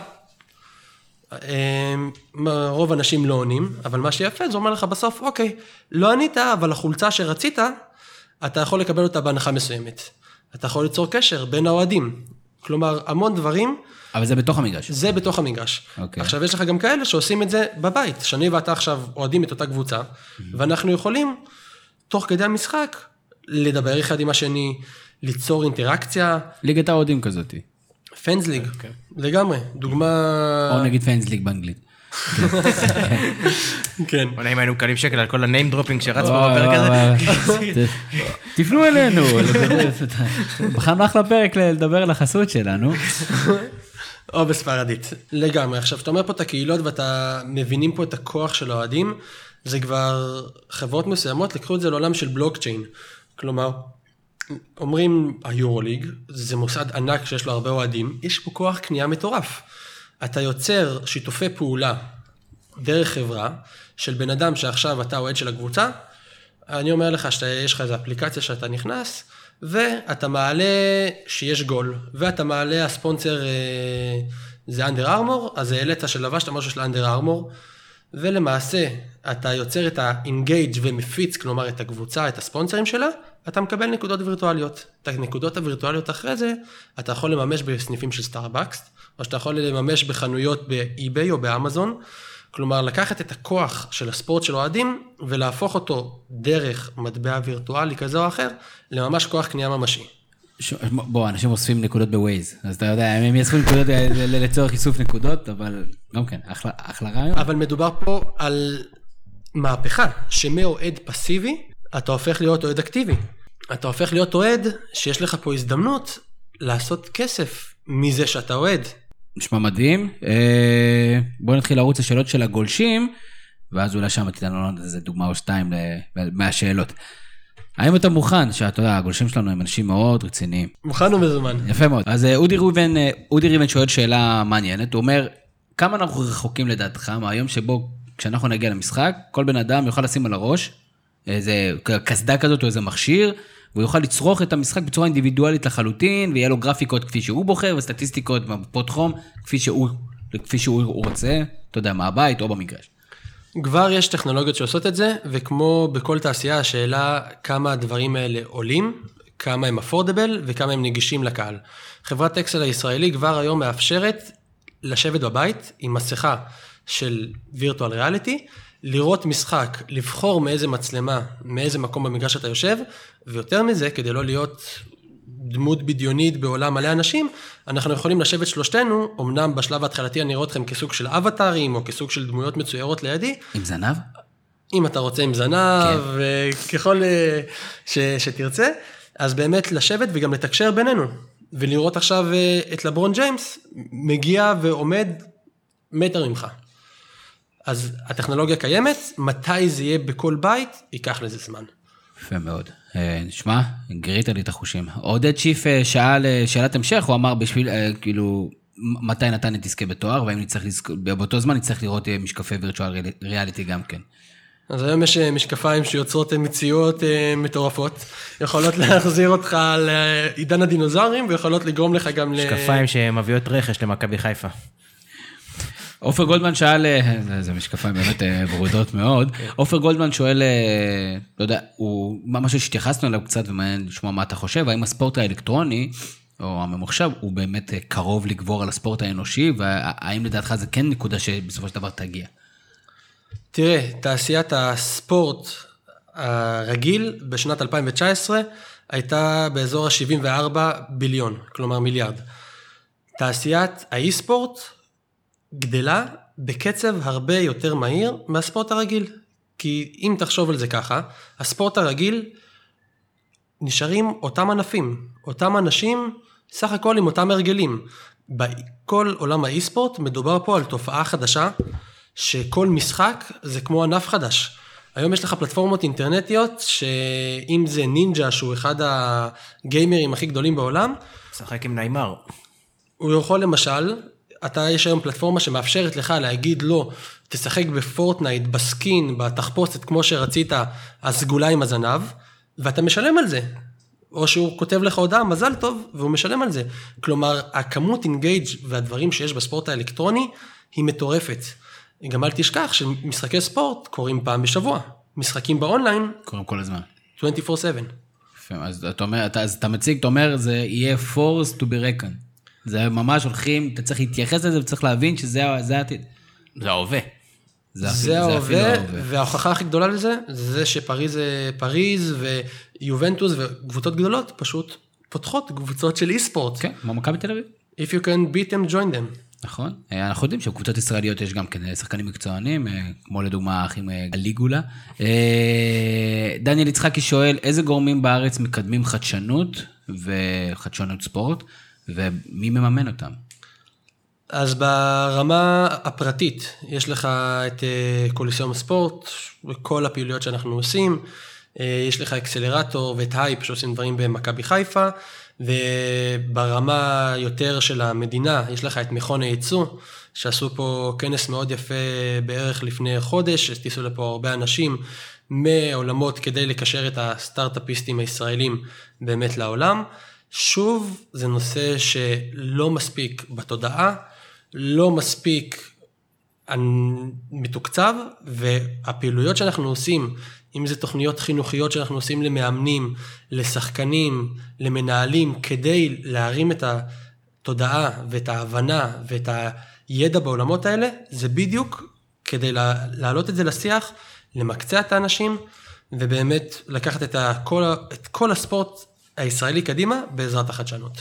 רוב אנשים לא עונים, אבל מה שיפה, זה אומר לך בסוף, אוקיי, לא ענית, אבל החולצה שרצית, אתה יכול לקבל אותה בהנחה מסוימת. אתה יכול ליצור קשר בין האוהדים. כלומר, המון דברים. אבל זה בתוך המגרש. זה בתוך המגרש. אוקיי. עכשיו, יש לך גם כאלה שעושים את זה בבית. שאני ואתה עכשיו אוהדים את אותה קבוצה, ואנחנו יכולים, תוך כדי המשחק, לדבר אחד עם השני, ליצור אינטראקציה. ליגת האוהדים כזאת. פנס ליג, לגמרי. דוגמה... או נגיד פנס ליג באנגלית. כן. אולי אם היינו מקלים שקל על כל הניים דרופינג שרץ בפרק הזה. תפנו אלינו. בחרנו אחלה פרק לדבר על החסות שלנו. או בספרדית, לגמרי. עכשיו, אתה אומר פה את הקהילות ואתה מבינים פה את הכוח של האוהדים, זה כבר חברות מסוימות, לקחו את זה לעולם של בלוקצ'יין. כלומר, אומרים היורוליג, זה מוסד ענק שיש לו הרבה אוהדים, יש פה כוח קנייה מטורף. אתה יוצר שיתופי פעולה דרך חברה של בן אדם שעכשיו אתה אוהד של הקבוצה, אני אומר לך שיש לך איזו אפליקציה שאתה נכנס, ואתה מעלה שיש גול, ואתה מעלה הספונסר זה אנדר ארמור, אז העלית שלבשת משהו של אנדר ארמור, ולמעשה אתה יוצר את ה-engage ומפיץ, כלומר את הקבוצה, את הספונסרים שלה, אתה מקבל נקודות וירטואליות. את הנקודות הווירטואליות אחרי זה, אתה יכול לממש בסניפים של סטארבקס, או שאתה יכול לממש בחנויות באי-ביי או באמזון, כלומר לקחת את הכוח של הספורט של אוהדים, ולהפוך אותו דרך מטבע וירטואלי כזה או אחר, לממש כוח קנייה ממשי. בוא, אנשים אוספים נקודות בווייז, אז אתה יודע, הם יאספו נקודות לצורך איסוף נקודות, אבל גם כן, אחלה רעיון. אבל מדובר פה על מהפכה, שמאוהד פסיבי, אתה הופך להיות אוהד אקטיבי. אתה הופך להיות אוהד שיש לך פה הזדמנות לעשות כסף מזה שאתה אוהד. נשמע מדהים. בוא נתחיל לרוץ לשאלות של הגולשים, ואז אולי שם תיתן לנו איזה דוגמה או שתיים מהשאלות. האם אתה מוכן, שאתה יודע, הגולשים שלנו הם אנשים מאוד רציניים. מוכן ומזומן. יפה מאוד. אז אודי ריבן, אודי ריבן שואל שאלה מעניינת, הוא אומר, כמה אנחנו רחוקים לדעתך מהיום שבו כשאנחנו נגיע למשחק, כל בן אדם יוכל לשים על הראש, איזה כסדה כזאת או איזה מכשיר, והוא יוכל לצרוך את המשחק בצורה אינדיבידואלית לחלוטין, ויהיה לו גרפיקות כפי שהוא בוחר, וסטטיסטיקות במפות חום, כפי שהוא, כפי שהוא רוצה, אתה יודע, מהבית או במגרש. כבר יש טכנולוגיות שעושות את זה, וכמו בכל תעשייה, השאלה כמה הדברים האלה עולים, כמה הם אפורדבל, וכמה הם נגישים לקהל. חברת אקסל הישראלי כבר היום מאפשרת לשבת בבית עם מסכה של וירטואל ריאליטי, לראות משחק, לבחור מאיזה מצלמה, מאיזה מקום במגרש אתה יושב, ויותר מזה, כדי לא להיות דמות בדיונית בעולם מלא אנשים, אנחנו יכולים לשבת שלושתנו, אמנם בשלב ההתחלתי אני רואה אתכם כסוג של אבטרים, או כסוג של דמויות מצוירות לידי. עם זנב? אם אתה רוצה עם זנב, וככל ש, שתרצה, אז באמת לשבת וגם לתקשר בינינו, ולראות עכשיו את לברון ג'יימס, מגיע ועומד מטר ממך. אז הטכנולוגיה קיימת, מתי זה יהיה בכל בית, ייקח לזה זמן. יפה מאוד. נשמע, גרית לי את החושים. עודד שיף שאל שאלת המשך, הוא אמר בשביל, כאילו, מתי נתן תזכה בתואר, והאם נצטרך, באותו זמן נצטרך לראות משקפי וירטואל ריאליטי גם כן. אז היום יש משקפיים שיוצרות מציאות מטורפות, יכולות להחזיר אותך לעידן הדינוזאורים, ויכולות לגרום לך גם ל... משקפיים שמביאות רכש למכבי חיפה. עופר גולדמן שאל, זה משקפיים באמת ברודות מאוד, עופר גולדמן שואל, לא יודע, הוא משהו שהתייחסנו אליו קצת ומעניין לשמוע מה אתה חושב, האם הספורט האלקטרוני, או הממוחשב, הוא באמת קרוב לגבור על הספורט האנושי, והאם לדעתך זה כן נקודה שבסופו של דבר תגיע? תראה, תעשיית הספורט הרגיל בשנת אלפיים תשע עשרה הייתה באזור ה-שבעים וארבעה ביליון, כלומר מיליארד. תעשיית האי-ספורט גדלה בקצב הרבה יותר מהיר מהספורט הרגיל. כי אם תחשוב על זה ככה, הספורט הרגיל נשארים אותם ענפים, אותם אנשים, סך הכל עם אותם הרגלים. בכל עולם האי-ספורט מדובר פה על תופעה חדשה, שכל משחק זה כמו ענף חדש. היום יש לך פלטפורמות אינטרנטיות, שאם זה נינג'ה, שהוא אחד הגיימרים הכי גדולים בעולם, שחק עם ניימר. הוא יכול למשל, אתה יש היום פלטפורמה שמאפשרת לך להגיד לו, תשחק בפורטנייט, בסקין, בתחפושת, כמו שרצית, הסגולה עם הזנב, ואתה משלם על זה. או שהוא כותב לך הודעה, מזל טוב, והוא משלם על זה. כלומר, הכמות אינגייג' והדברים שיש בספורט האלקטרוני, היא מטורפת. גם אל תשכח שמשחקי ספורט קורים פעם בשבוע. משחקים באונליין. קורים כל הזמן. עשרים וארבע שבע. אז אתה אומר, אתה, אז אתה מציג, אתה אומר, זה יהיה force to be reckoned. זה ממש הולכים, אתה צריך להתייחס לזה וצריך להבין שזה העתיד. זה ההווה. זה ההווה, וההוכחה הכי גדולה לזה, זה שפריז, פריז ויובנטוס וקבוצות גדולות פשוט פותחות קבוצות של אי-ספורט. כן, כמו מכבי תל אביב. If you can beat them, join them. נכון. אנחנו יודעים שבקבוצות ישראליות יש גם כן שחקנים מקצוענים, כמו לדוגמה האחים הליגולה. דניאל יצחקי שואל, איזה גורמים בארץ מקדמים חדשנות וחדשנות ספורט, ומי מממן אותם? אז ברמה הפרטית, יש לך את קוליסיום ספורט, וכל הפעילויות שאנחנו עושים, יש לך אקסלרטור ואת הייפ שעושים דברים במכבי חיפה, וברמה יותר של המדינה, יש לך את מכון הייצוא, שעשו פה כנס מאוד יפה בערך לפני חודש, שטיסו לפה הרבה אנשים מעולמות כדי לקשר את הסטארט-אפיסטים הישראלים באמת לעולם. שוב, זה נושא שלא מספיק בתודעה, לא מספיק מתוקצב, והפעילויות שאנחנו עושים, אם זה תוכניות חינוכיות שאנחנו עושים למאמנים, לשחקנים, למנהלים, כדי להרים את התודעה ואת ההבנה ואת הידע בעולמות האלה, זה בדיוק כדי להעלות את זה לשיח, למקצע את האנשים, ובאמת לקחת את כל, את כל הספורט הישראלי קדימה בעזרת החדשנות.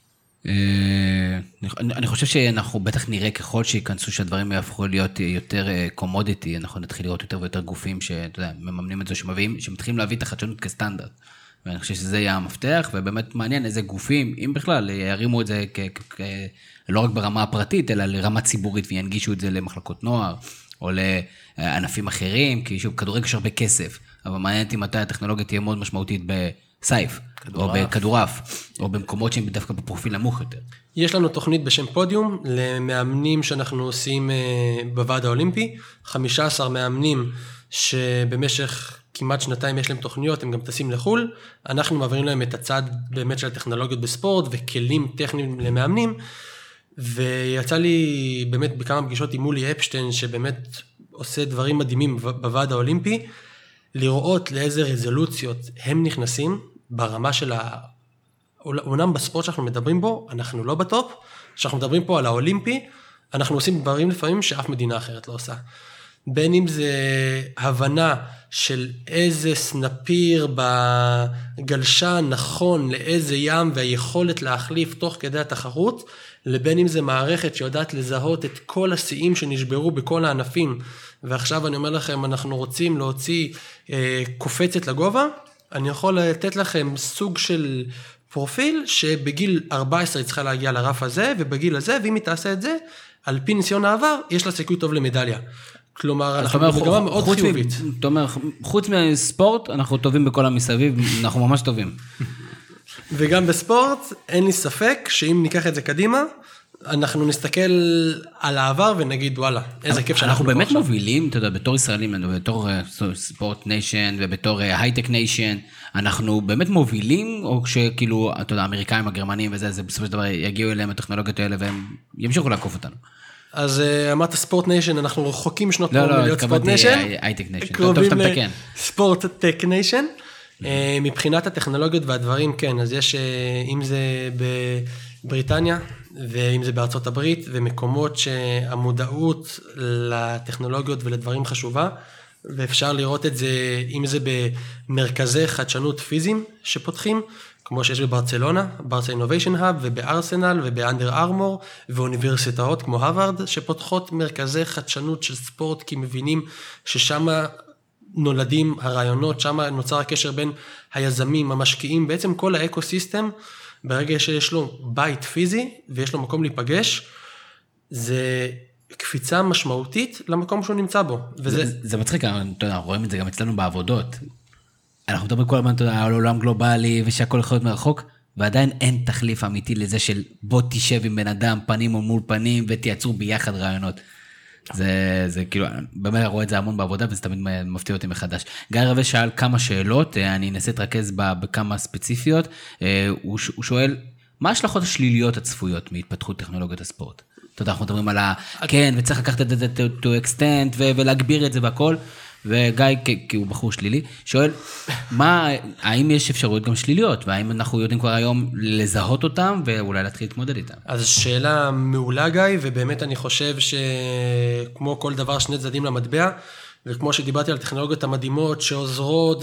אני חושב שאנחנו בטח נראה ככל שיכנסו שהדברים יהפכו להיות יותר קומודיטי, אנחנו נתחיל לראות יותר ויותר גופים שמממנים את זה, שמביאים, שמתחילים להביא את החדשנות כסטנדרט. ואני חושב שזה יהיה המפתח, ובאמת מעניין איזה גופים, אם בכלל, ירימו את זה לא רק ברמה הפרטית, אלא לרמה ציבורית, וינגישו את זה למחלקות נוער, או לענפים אחרים, כי שוב, כדורגל יש הרבה כסף, אבל מעניין אותי מתי הטכנולוגיה תהיה מאוד משמעותית בסייף, או בכדורף, או במקומות שהם דווקא בפרופיל נמוך יותר. יש לנו תוכנית בשם פודיום, למאמנים שאנחנו עושים בוועד האולימפי, חמישה עשר מאמנים שבמשך כמעט שנתיים יש להם תוכניות, הם גם טסים לחול, אנחנו מעבירים להם את הצד באמת של הטכנולוגיות בספורט, וכלים טכניים למאמנים, ויצא לי באמת בכמה פגישות עם מולי אפשטיין, שבאמת עושה דברים מדהימים בוועד האולימפי, לראות לאיזה רזולוציות הם נכנסים, ברמה של ה... אומנם בספורט שאנחנו מדברים בו, אנחנו לא בטופ, שאנחנו מדברים פה על האולימפי, אנחנו עושים דברים לפעמים שאף מדינה אחרת לא עושה. בין אם זה הבנה של איזה סנפיר בגלשה נכון לאיזה ים, והיכולת להחליף תוך כדי התחרות, לבין אם זה מערכת שיודעת לזהות את כל השיאים שנשברו בכל הענפים, ועכשיו אני אומר לכם, אנחנו רוצים להוציא אה, קופצת לגובה, אני יכול לתת לכם סוג של פרופיל, שבגיל ארבע עשרה צריכה להגיע לרף הזה, ובגיל הזה, ואם היא תעשה את זה, על פי ניסיון העבר, יש לה סיכוי טוב למדליה. כלומר, אנחנו במגמה מאוד חיובית. זאת אומרת, חוץ מספורט, אנחנו טובים בכל המסביב, אנחנו ממש טובים. וגם בספורט, אין לי ספק, שאם ניקח את זה קדימה, אנחנו נסתכל על העבר ונגיד, וואלה, איזה כיף שאנחנו אנחנו באמת מובילים, אתה יודע, בתור ישראלים, בתור ספורט ניישן ובתור הייטק ניישן, אנחנו באמת מובילים, או שכאילו, אתה יודע, האמריקאים, הגרמנים וזה, זה בסופו של דבר יגיעו אליהם הטכנולוגיות האלה, והם ימשיכו לעקוף אותנו. אז אמרת ספורט ניישן, אנחנו רחוקים שנות לא, לא, התכוונתי הייטק ניישן, טוב שאתה מתקן. ספורט טק ניישן, מבחינת הטכנולוגיות והדברים, כן, אז יש, אם זה בבריטניה, ואם זה בארצות הברית, ומקומות שהמודעות לטכנולוגיות ולדברים חשובה, ואפשר לראות את זה, אם זה במרכזי חדשנות פיזיים שפותחים, כמו שיש בברצלונה, ברצה אינוביישן האב, ובארסנל, ובאנדר ארמור, ואוניברסיטאות כמו הווארד, שפותחות מרכזי חדשנות של ספורט, כי מבינים ששם נולדים הרעיונות, שם נוצר הקשר בין היזמים, המשקיעים, בעצם כל האקוסיסטם, ברגע שיש לו בית פיזי, ויש לו מקום להיפגש, זה קפיצה משמעותית למקום שהוא נמצא בו. וזה... זה, זה מצחיק, אנחנו רואים את זה גם אצלנו בעבודות. אנחנו מדברים כל הזמן על עולם גלובלי, ושהכל יכול להיות מרחוק, ועדיין אין תחליף אמיתי לזה של בוא תשב עם בן אדם, פנים או מול פנים, ותייצרו ביחד רעיונות. זה, זה כאילו, באמת רואה את זה המון בעבודה, וזה תמיד מפתיע אותי מחדש. גיא רווה שאל כמה שאלות, אני אנסה להתרכז בכמה ספציפיות, הוא, הוא שואל, מה ההשלכות השליליות הצפויות מהתפתחות טכנולוגיות הספורט? אתה יודע, אנחנו מדברים על ה... כן, וצריך לקחת את זה to extent, ולהגביר את זה והכל. וגיא, כי הוא בחור שלילי, שואל, מה, האם יש אפשרויות גם שליליות, והאם אנחנו יודעים כבר היום לזהות אותם, ואולי להתחיל להתמודד איתם? אז שאלה מעולה, גיא, ובאמת אני חושב שכמו כל דבר שני צדדים למטבע, וכמו שדיברתי על טכנולוגיות המדהימות שעוזרות,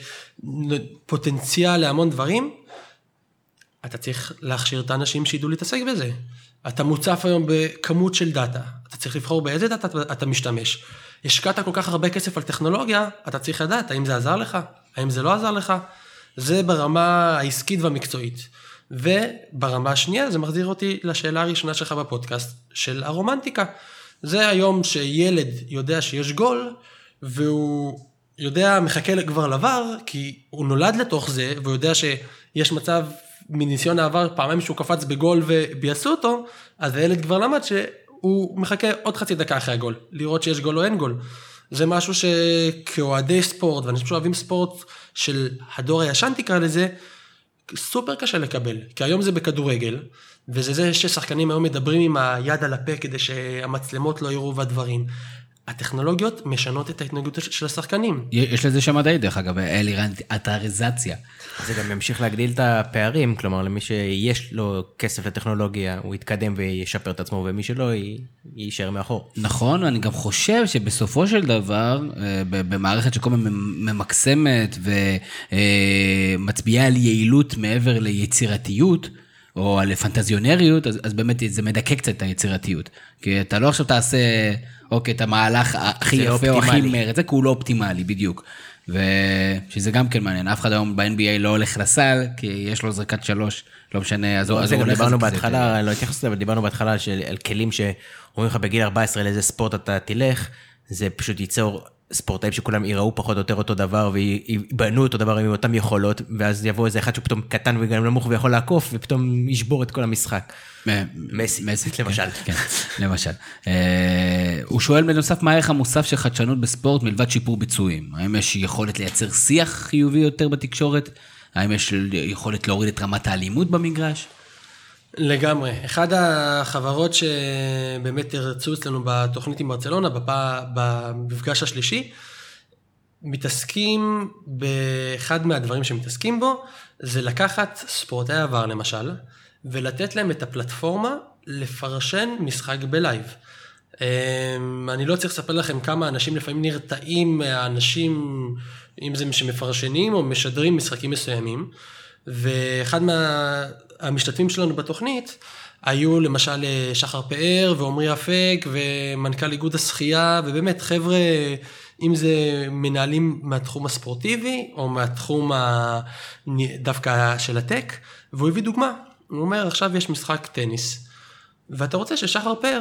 ושפוטנציאל להמון דברים, אתה צריך להכשיר את האנשים שידעו להתעסק בזה. אתה מוצף היום בכמות של דאטה, אתה צריך לבחור באיזה דאטה אתה משתמש. השקעת כל כך הרבה כסף על טכנולוגיה, אתה צריך לדעת, האם זה עזר לך, האם זה לא עזר לך, זה ברמה העסקית והמקצועית. וברמה השנייה, זה מחזיר אותי לשאלה הראשונה שלך בפודקאסט, של הרומנטיקה. זה היום שילד יודע שיש גול, והוא יודע, מחכה כבר לעבר, כי הוא נולד לתוך זה, והוא יודע שיש מצב מניסיון העבר, פעמיים שהוא קפץ בגול וביעשו אותו, אז הילד כבר למד שהוא מחכה עוד חצי דקה אחרי הגול, לראות שיש גול או אין גול. זה משהו שכאוהדי ספורט, ואנשים שאוהבים ספורט של הדור הישן תקרא לזה, סופר קשה לקבל, כי היום זה בכדורגל, וזה זה ששחקנים היום מדברים עם היד על הפה, כדי שהמצלמות לא יראו בדברים. הטכנולוגיות משנות את ההתנהגות של השחקנים. יש לזה שם מדעי, דרך אגב, אלירנטיזציה. זה גם ימשיך להגדיל את הפערים, כלומר, למי שיש לו כסף לטכנולוגיה, הוא יתקדם וישפר את עצמו, ומי שלא, יישאר מאחור. נכון, אני גם חושב שבסופו של דבר, במערכת שכל הזמן ממקסמת ומצביעה על יעילות מעבר ליצירתיות, או על פנטזיונריות, אז, אז באמת זה מדכא קצת את היצירתיות. כי אתה לא עכשיו תעשה, אוקיי, את המהלך הכי יפה לא או הכי מרד, זה כי הוא לא אופטימלי, בדיוק. ושזה גם כן מעניין, אף אחד היום ב-אן בי איי לא הולך לסל, כי יש לו זריקת שלוש, לא משנה, אז הוא הולך לסל. דיברנו בהתחלה, לא התייחסת, אבל דיברנו בהתחלה על כלים שאומרים לך בגיל ארבע עשרה לאיזה ספורט אתה תלך, זה פשוט ייצור ספורטאים שכולם יראו פחות או יותר אותו דבר, ויבנו אותו דבר עם אותם יכולות, ואז יבוא איזה אחד שהוא פתאום קטן וגם נמוך ויכול לעקוף, ופתאום ישבור את כל המשחק. מסי, למשל. כן, למשל. הוא שואל בנוסף, מה הערך המוסף של חדשנות בספורט מלבד שיפור ביצועים? האם יש יכולת לייצר שיח חיובי יותר בתקשורת? האם יש יכולת להוריד את רמת האלימות במגרש? לגמרי. אחד החברות שבאמת הרצו אצלנו בתוכנית עם ברצלונה, במפגש השלישי, מתעסקים באחד מהדברים שמתעסקים בו, זה לקחת ספורטאי עבר למשל, ולתת להם את הפלטפורמה לפרשן משחק בלייב. אני לא צריך לספר לכם כמה אנשים לפעמים נרתעים מהאנשים, אם זה שמפרשנים או משדרים משחקים מסוימים, ואחד מהמשתתפים שלנו בתוכנית, היו למשל שחר פאר ועומרי אפק ומנכ"ל איגוד השחייה, ובאמת חבר'ה, אם זה מנהלים מהתחום הספורטיבי, או מהתחום דווקא של הטק, והוא הביא דוגמה. הוא אומר, עכשיו יש משחק טניס, ואתה רוצה ששחר פאר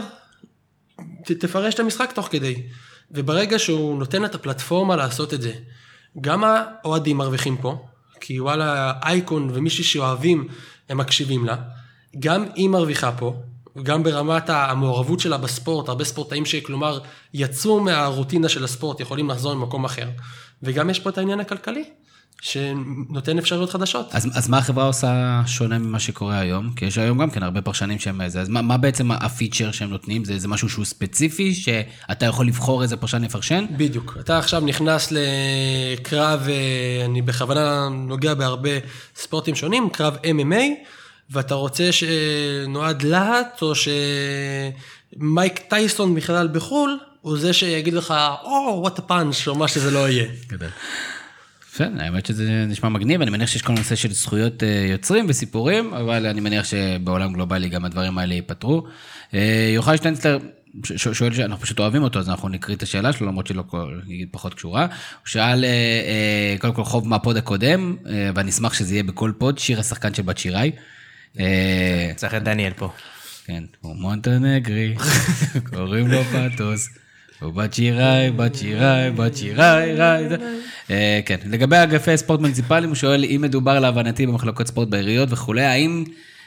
תפרש את המשחק תוך כדי. וברגע שהוא נותן את הפלטפורמה לעשות את זה, גם האוהדים מרוויחים פה, כי וואלה, אייקון ומישהי שאוהבים, הם מקשיבים לה. גם היא מרוויחה פה, גם ברמת המעורבות שלה בספורט, הרבה ספורטאים שכלומר יצאו מהרוטינה של הספורט, יכולים לחזור ממקום אחר. וגם יש פה את העניין הכלכלי, שנותן אפשרויות חדשות. אז, אז מה החברה עושה שונה ממה שקורה היום? כי יש היום גם כן הרבה פרשנים שהם איזה, אז מה, מה בעצם הפיצ'ר שהם נותנים? זה, זה משהו שהוא ספציפי, שאתה יכול לבחור איזה פרשן לפרשן? בדיוק. אתה עכשיו נכנס לקרב, אני בכוונה נוגע בהרבה ספורטים שונים, קרב אם אם איי, ואתה רוצה שנועד להט, או שמייק טייסון בכלל בחול, הוא זה שיגיד לך, או, what a punch, או מה שזה לא יהיה. גדל. כן, האמת שזה נשמע מגניב, אני מניח שיש כל נושא של זכויות יוצרים וסיפורים, אבל אני מניח שבעולם גלובלי גם הדברים האלה ייפטרו. יוחאי שטיינצלר שואל שאנחנו פשוט אוהבים אותו, אז אנחנו נקריא את השאלה שלו, למרות שלא פחות קשורה. הוא שאל, קודם כל חוב מהפוד הקודם, ואני אשמח שזה יהיה בכל פוד, שיר השחקן של בת שיראי. צריך את דניאל פה. כן, הוא מונטנגרי, קוראים לו פטוס. בת שיראי, בת שיראי, בת שיראי, כן, לגבי אגפי ספורט מוניציפליים, הוא שואל, אם מדובר להבנתי במחלקות ספורט בעיריות וכולי, האם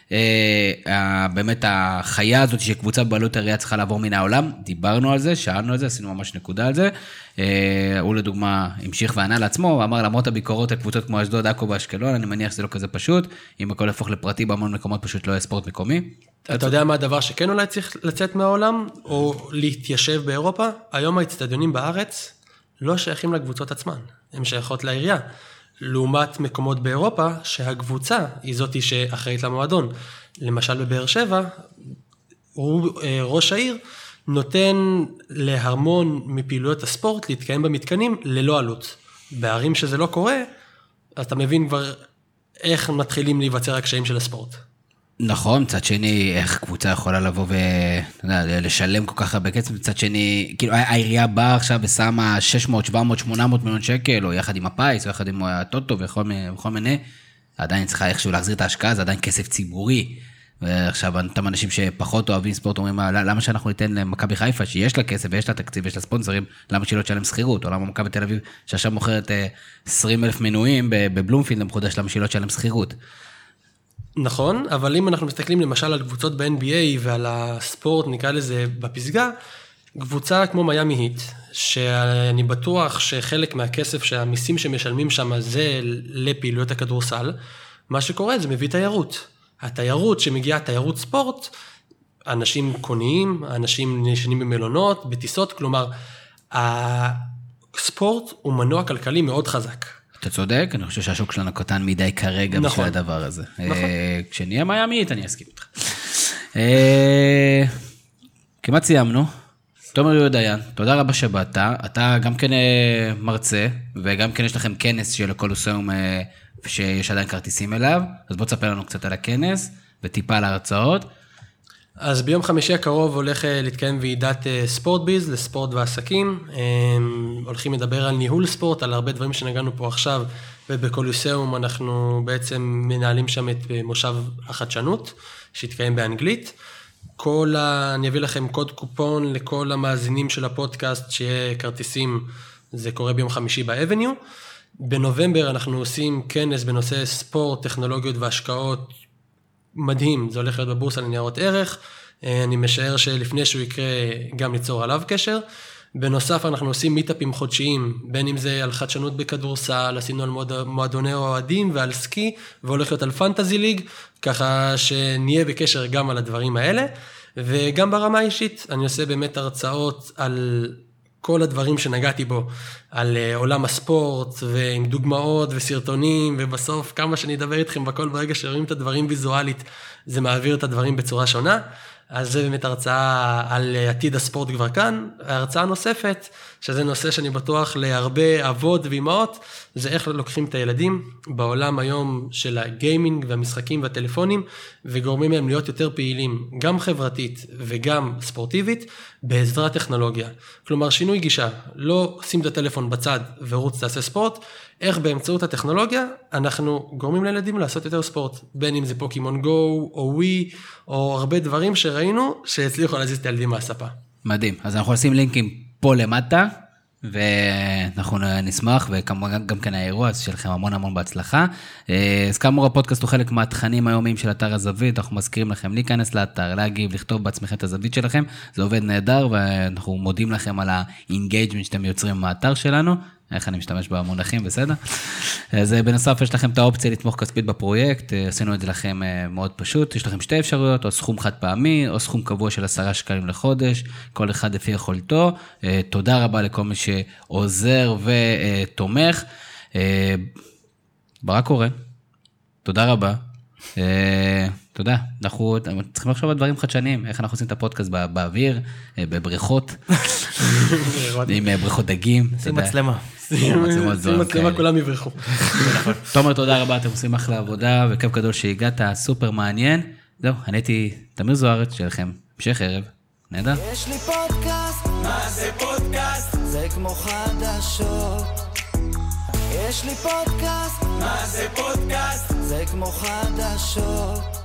באמת החיה הזאת שקבוצה בבעלות העירייה צריכה לעבור מן העולם? דיברנו על זה, שאלנו על זה, עשינו ממש נקודה על זה. הוא לדוגמה המשיך וענה לעצמו, ואמר, למרות הביקורות על קבוצות כמו אשדוד, עכו ואשקלון, אני מניח שזה לא כזה פשוט, אם הכל הפוך לפרטי בהמון מקומות פשוט לא יהיה ספורט מקומי. אתה יודע מה הדבר שכן אולי צריך לצאת מהעולם, או להתיישב באירופה? היום האצטדיונים בארץ לא שייכים לקבוצות עצמן, הן שייכות לעירייה. לעומת מקומות באירופה, שהקבוצה היא זאתי שאחראית למועדון. למשל בבאר שבע, הוא, ראש העיר נותן להרמון מפעילויות הספורט להתקיים במתקנים ללא עלות. בערים שזה לא קורה, אתה מבין כבר איך מתחילים להיווצר הקשיים של הספורט. נכון, מצד שני, איך קבוצה יכולה לבוא ולשלם כל כך הרבה כסף, מצד שני, כאילו העירייה באה עכשיו ושמה שש מאות, שבע מאות, שמונה מאות מיליון שקל, או יחד עם הפייס, או יחד עם הטוטו וכל מיני, עדיין צריכה איכשהו להחזיר את ההשקעה, זה עדיין כסף ציבורי, ועכשיו אותם אנשים שפחות אוהבים ספורט, אומרים, למה שאנחנו ניתן למכבי חיפה, שיש לה כסף ויש לה תקציב ויש לה ספונסרים, למה שהיא לא תשלם שכירות, או למה מכבי תל אביב, שעכשיו מוכרת עשרים אלף מנויים בבלומפילד למחודש, למה שהיא לא תשלם שכירות. נכון, אבל אם אנחנו מסתכלים למשל על קבוצות ב-אן בי איי ועל הספורט, נקרא לזה בפסגה, קבוצה כמו מיאמי היט, שאני בטוח שחלק מהכסף שהמיסים שמשלמים שם זה לפעילויות הכדורסל, מה שקורה זה מביא תיירות. התיירות שמגיעה תיירות ספורט, אנשים קוניים, אנשים נשנים במלונות, בטיסות, כלומר, הספורט הוא מנוע כלכלי מאוד חזק. אתה צודק, אני חושב שהשוק שלנו קטן מדי כרגע נכון. בשביל הדבר הזה. נכון. כשנהיה מיאמית, אני אסכים איתך. כמעט סיימנו. תומר יהודה דיין, תודה רבה שבאת. אתה גם כן מרצה, וגם כן יש לכם כנס של הקולוסיאום, שיש עדיין כרטיסים אליו. אז בוא תספר לנו קצת על הכנס, וטיפה על ההרצאות. אז ביום חמישי הקרוב הולך להתקיים ועידת ספורט ביז לספורט ועסקים. הולכים לדבר על ניהול ספורט, על הרבה דברים שנגענו פה עכשיו, ובקולוסיאום אנחנו בעצם מנהלים שם את מושב החדשנות, שהתקיים באנגלית. כל ה... אני אביא לכם קוד קופון לכל המאזינים של הפודקאסט, שיהיה כרטיסים, זה קורה ביום חמישי באבניו. בנובמבר אנחנו עושים כנס בנושא ספורט, טכנולוגיות והשקעות, מדהים, זה הולך להיות בבורסה לניירות ערך, אני משער שלפני שהוא יקרה גם ליצור עליו קשר. בנוסף אנחנו עושים מיטאפים חודשיים, בין אם זה על חדשנות בכדורסל, עשינו על מועדוני אוהדים ועל סקי, והולך להיות על פנטזי ליג, ככה שנהיה בקשר גם על הדברים האלה, וגם ברמה האישית, אני עושה באמת הרצאות על כל הדברים שנגעתי בו, על עולם הספורט, ועם דוגמאות וסרטונים, ובסוף כמה שאני אדבר איתכם בכל ברגע שרואים את הדברים ויזואלית, זה מעביר את הדברים בצורה שונה. אז זה באמת הרצאה על עתיד הספורט כבר כאן. ההרצאה נוספת, שזה נושא שאני בטוח להרבה אבות ואימהות, זה איך לוקחים את הילדים בעולם היום של הגיימינג והמשחקים והטלפונים, וגורמים להם להיות יותר פעילים, גם חברתית וגם ספורטיבית, בעזרת טכנולוגיה. כלומר, שינוי גישה, לא שים את הטלפון בצד ורוץ תעשה ספורט, איך באמצעות הטכנולוגיה אנחנו גורמים לילדים לעשות יותר ספורט, בין אם זה פוקימון גו או ווי, או הרבה דברים שראינו שהצליחו להזיז את הילדים מהספה. מדהים, אז אנחנו עושים לינקים פה למטה, ואנחנו נשמח, וכמובן גם כן האירוע, אז שיהיה לכם המון המון בהצלחה. אז כאמור, הפודקאסט הוא חלק מהתכנים היומיים של אתר הזווית, אנחנו מזכירים לכם להיכנס לאתר, להגיב, לכתוב בעצמכם את הזווית שלכם, זה עובד נהדר, ואנחנו מודים לכם על האינגייג'מנט שאתם יוצרים מהאתר שלנו, איך אני משתמש במונחים, בסדר? אז בנוסף יש לכם את האופציה לתמוך כספית בפרויקט, עשינו את זה לכם מאוד פשוט, יש לכם שתי אפשרויות, או סכום חד פעמי, או סכום קבוע של עשרה שקלים לחודש, כל אחד לפי יכולתו. תודה רבה לכל מי שעוזר ותומך. ברק קורא, תודה רבה. תודה, אנחנו צריכים לחשוב על דברים חדשניים, איך אנחנו עושים את הפודקאסט באוויר, בבריכות, עם בריכות דגים. שים מצלמה. שים מצלמה, כולם יברחו. תומר, תודה רבה, אתם עושים אחלה עבודה, וכיף גדול שהגעת, סופר מעניין. זהו, אני הייתי תמיר זוארץ, שיהיה לכם המשך ערב, נהדר. יש לי פודקאסט, מה זה פודקאסט? זה כמו חדשות. יש לי פודקאסט, מה זה פודקאסט? זה כמו חדשות.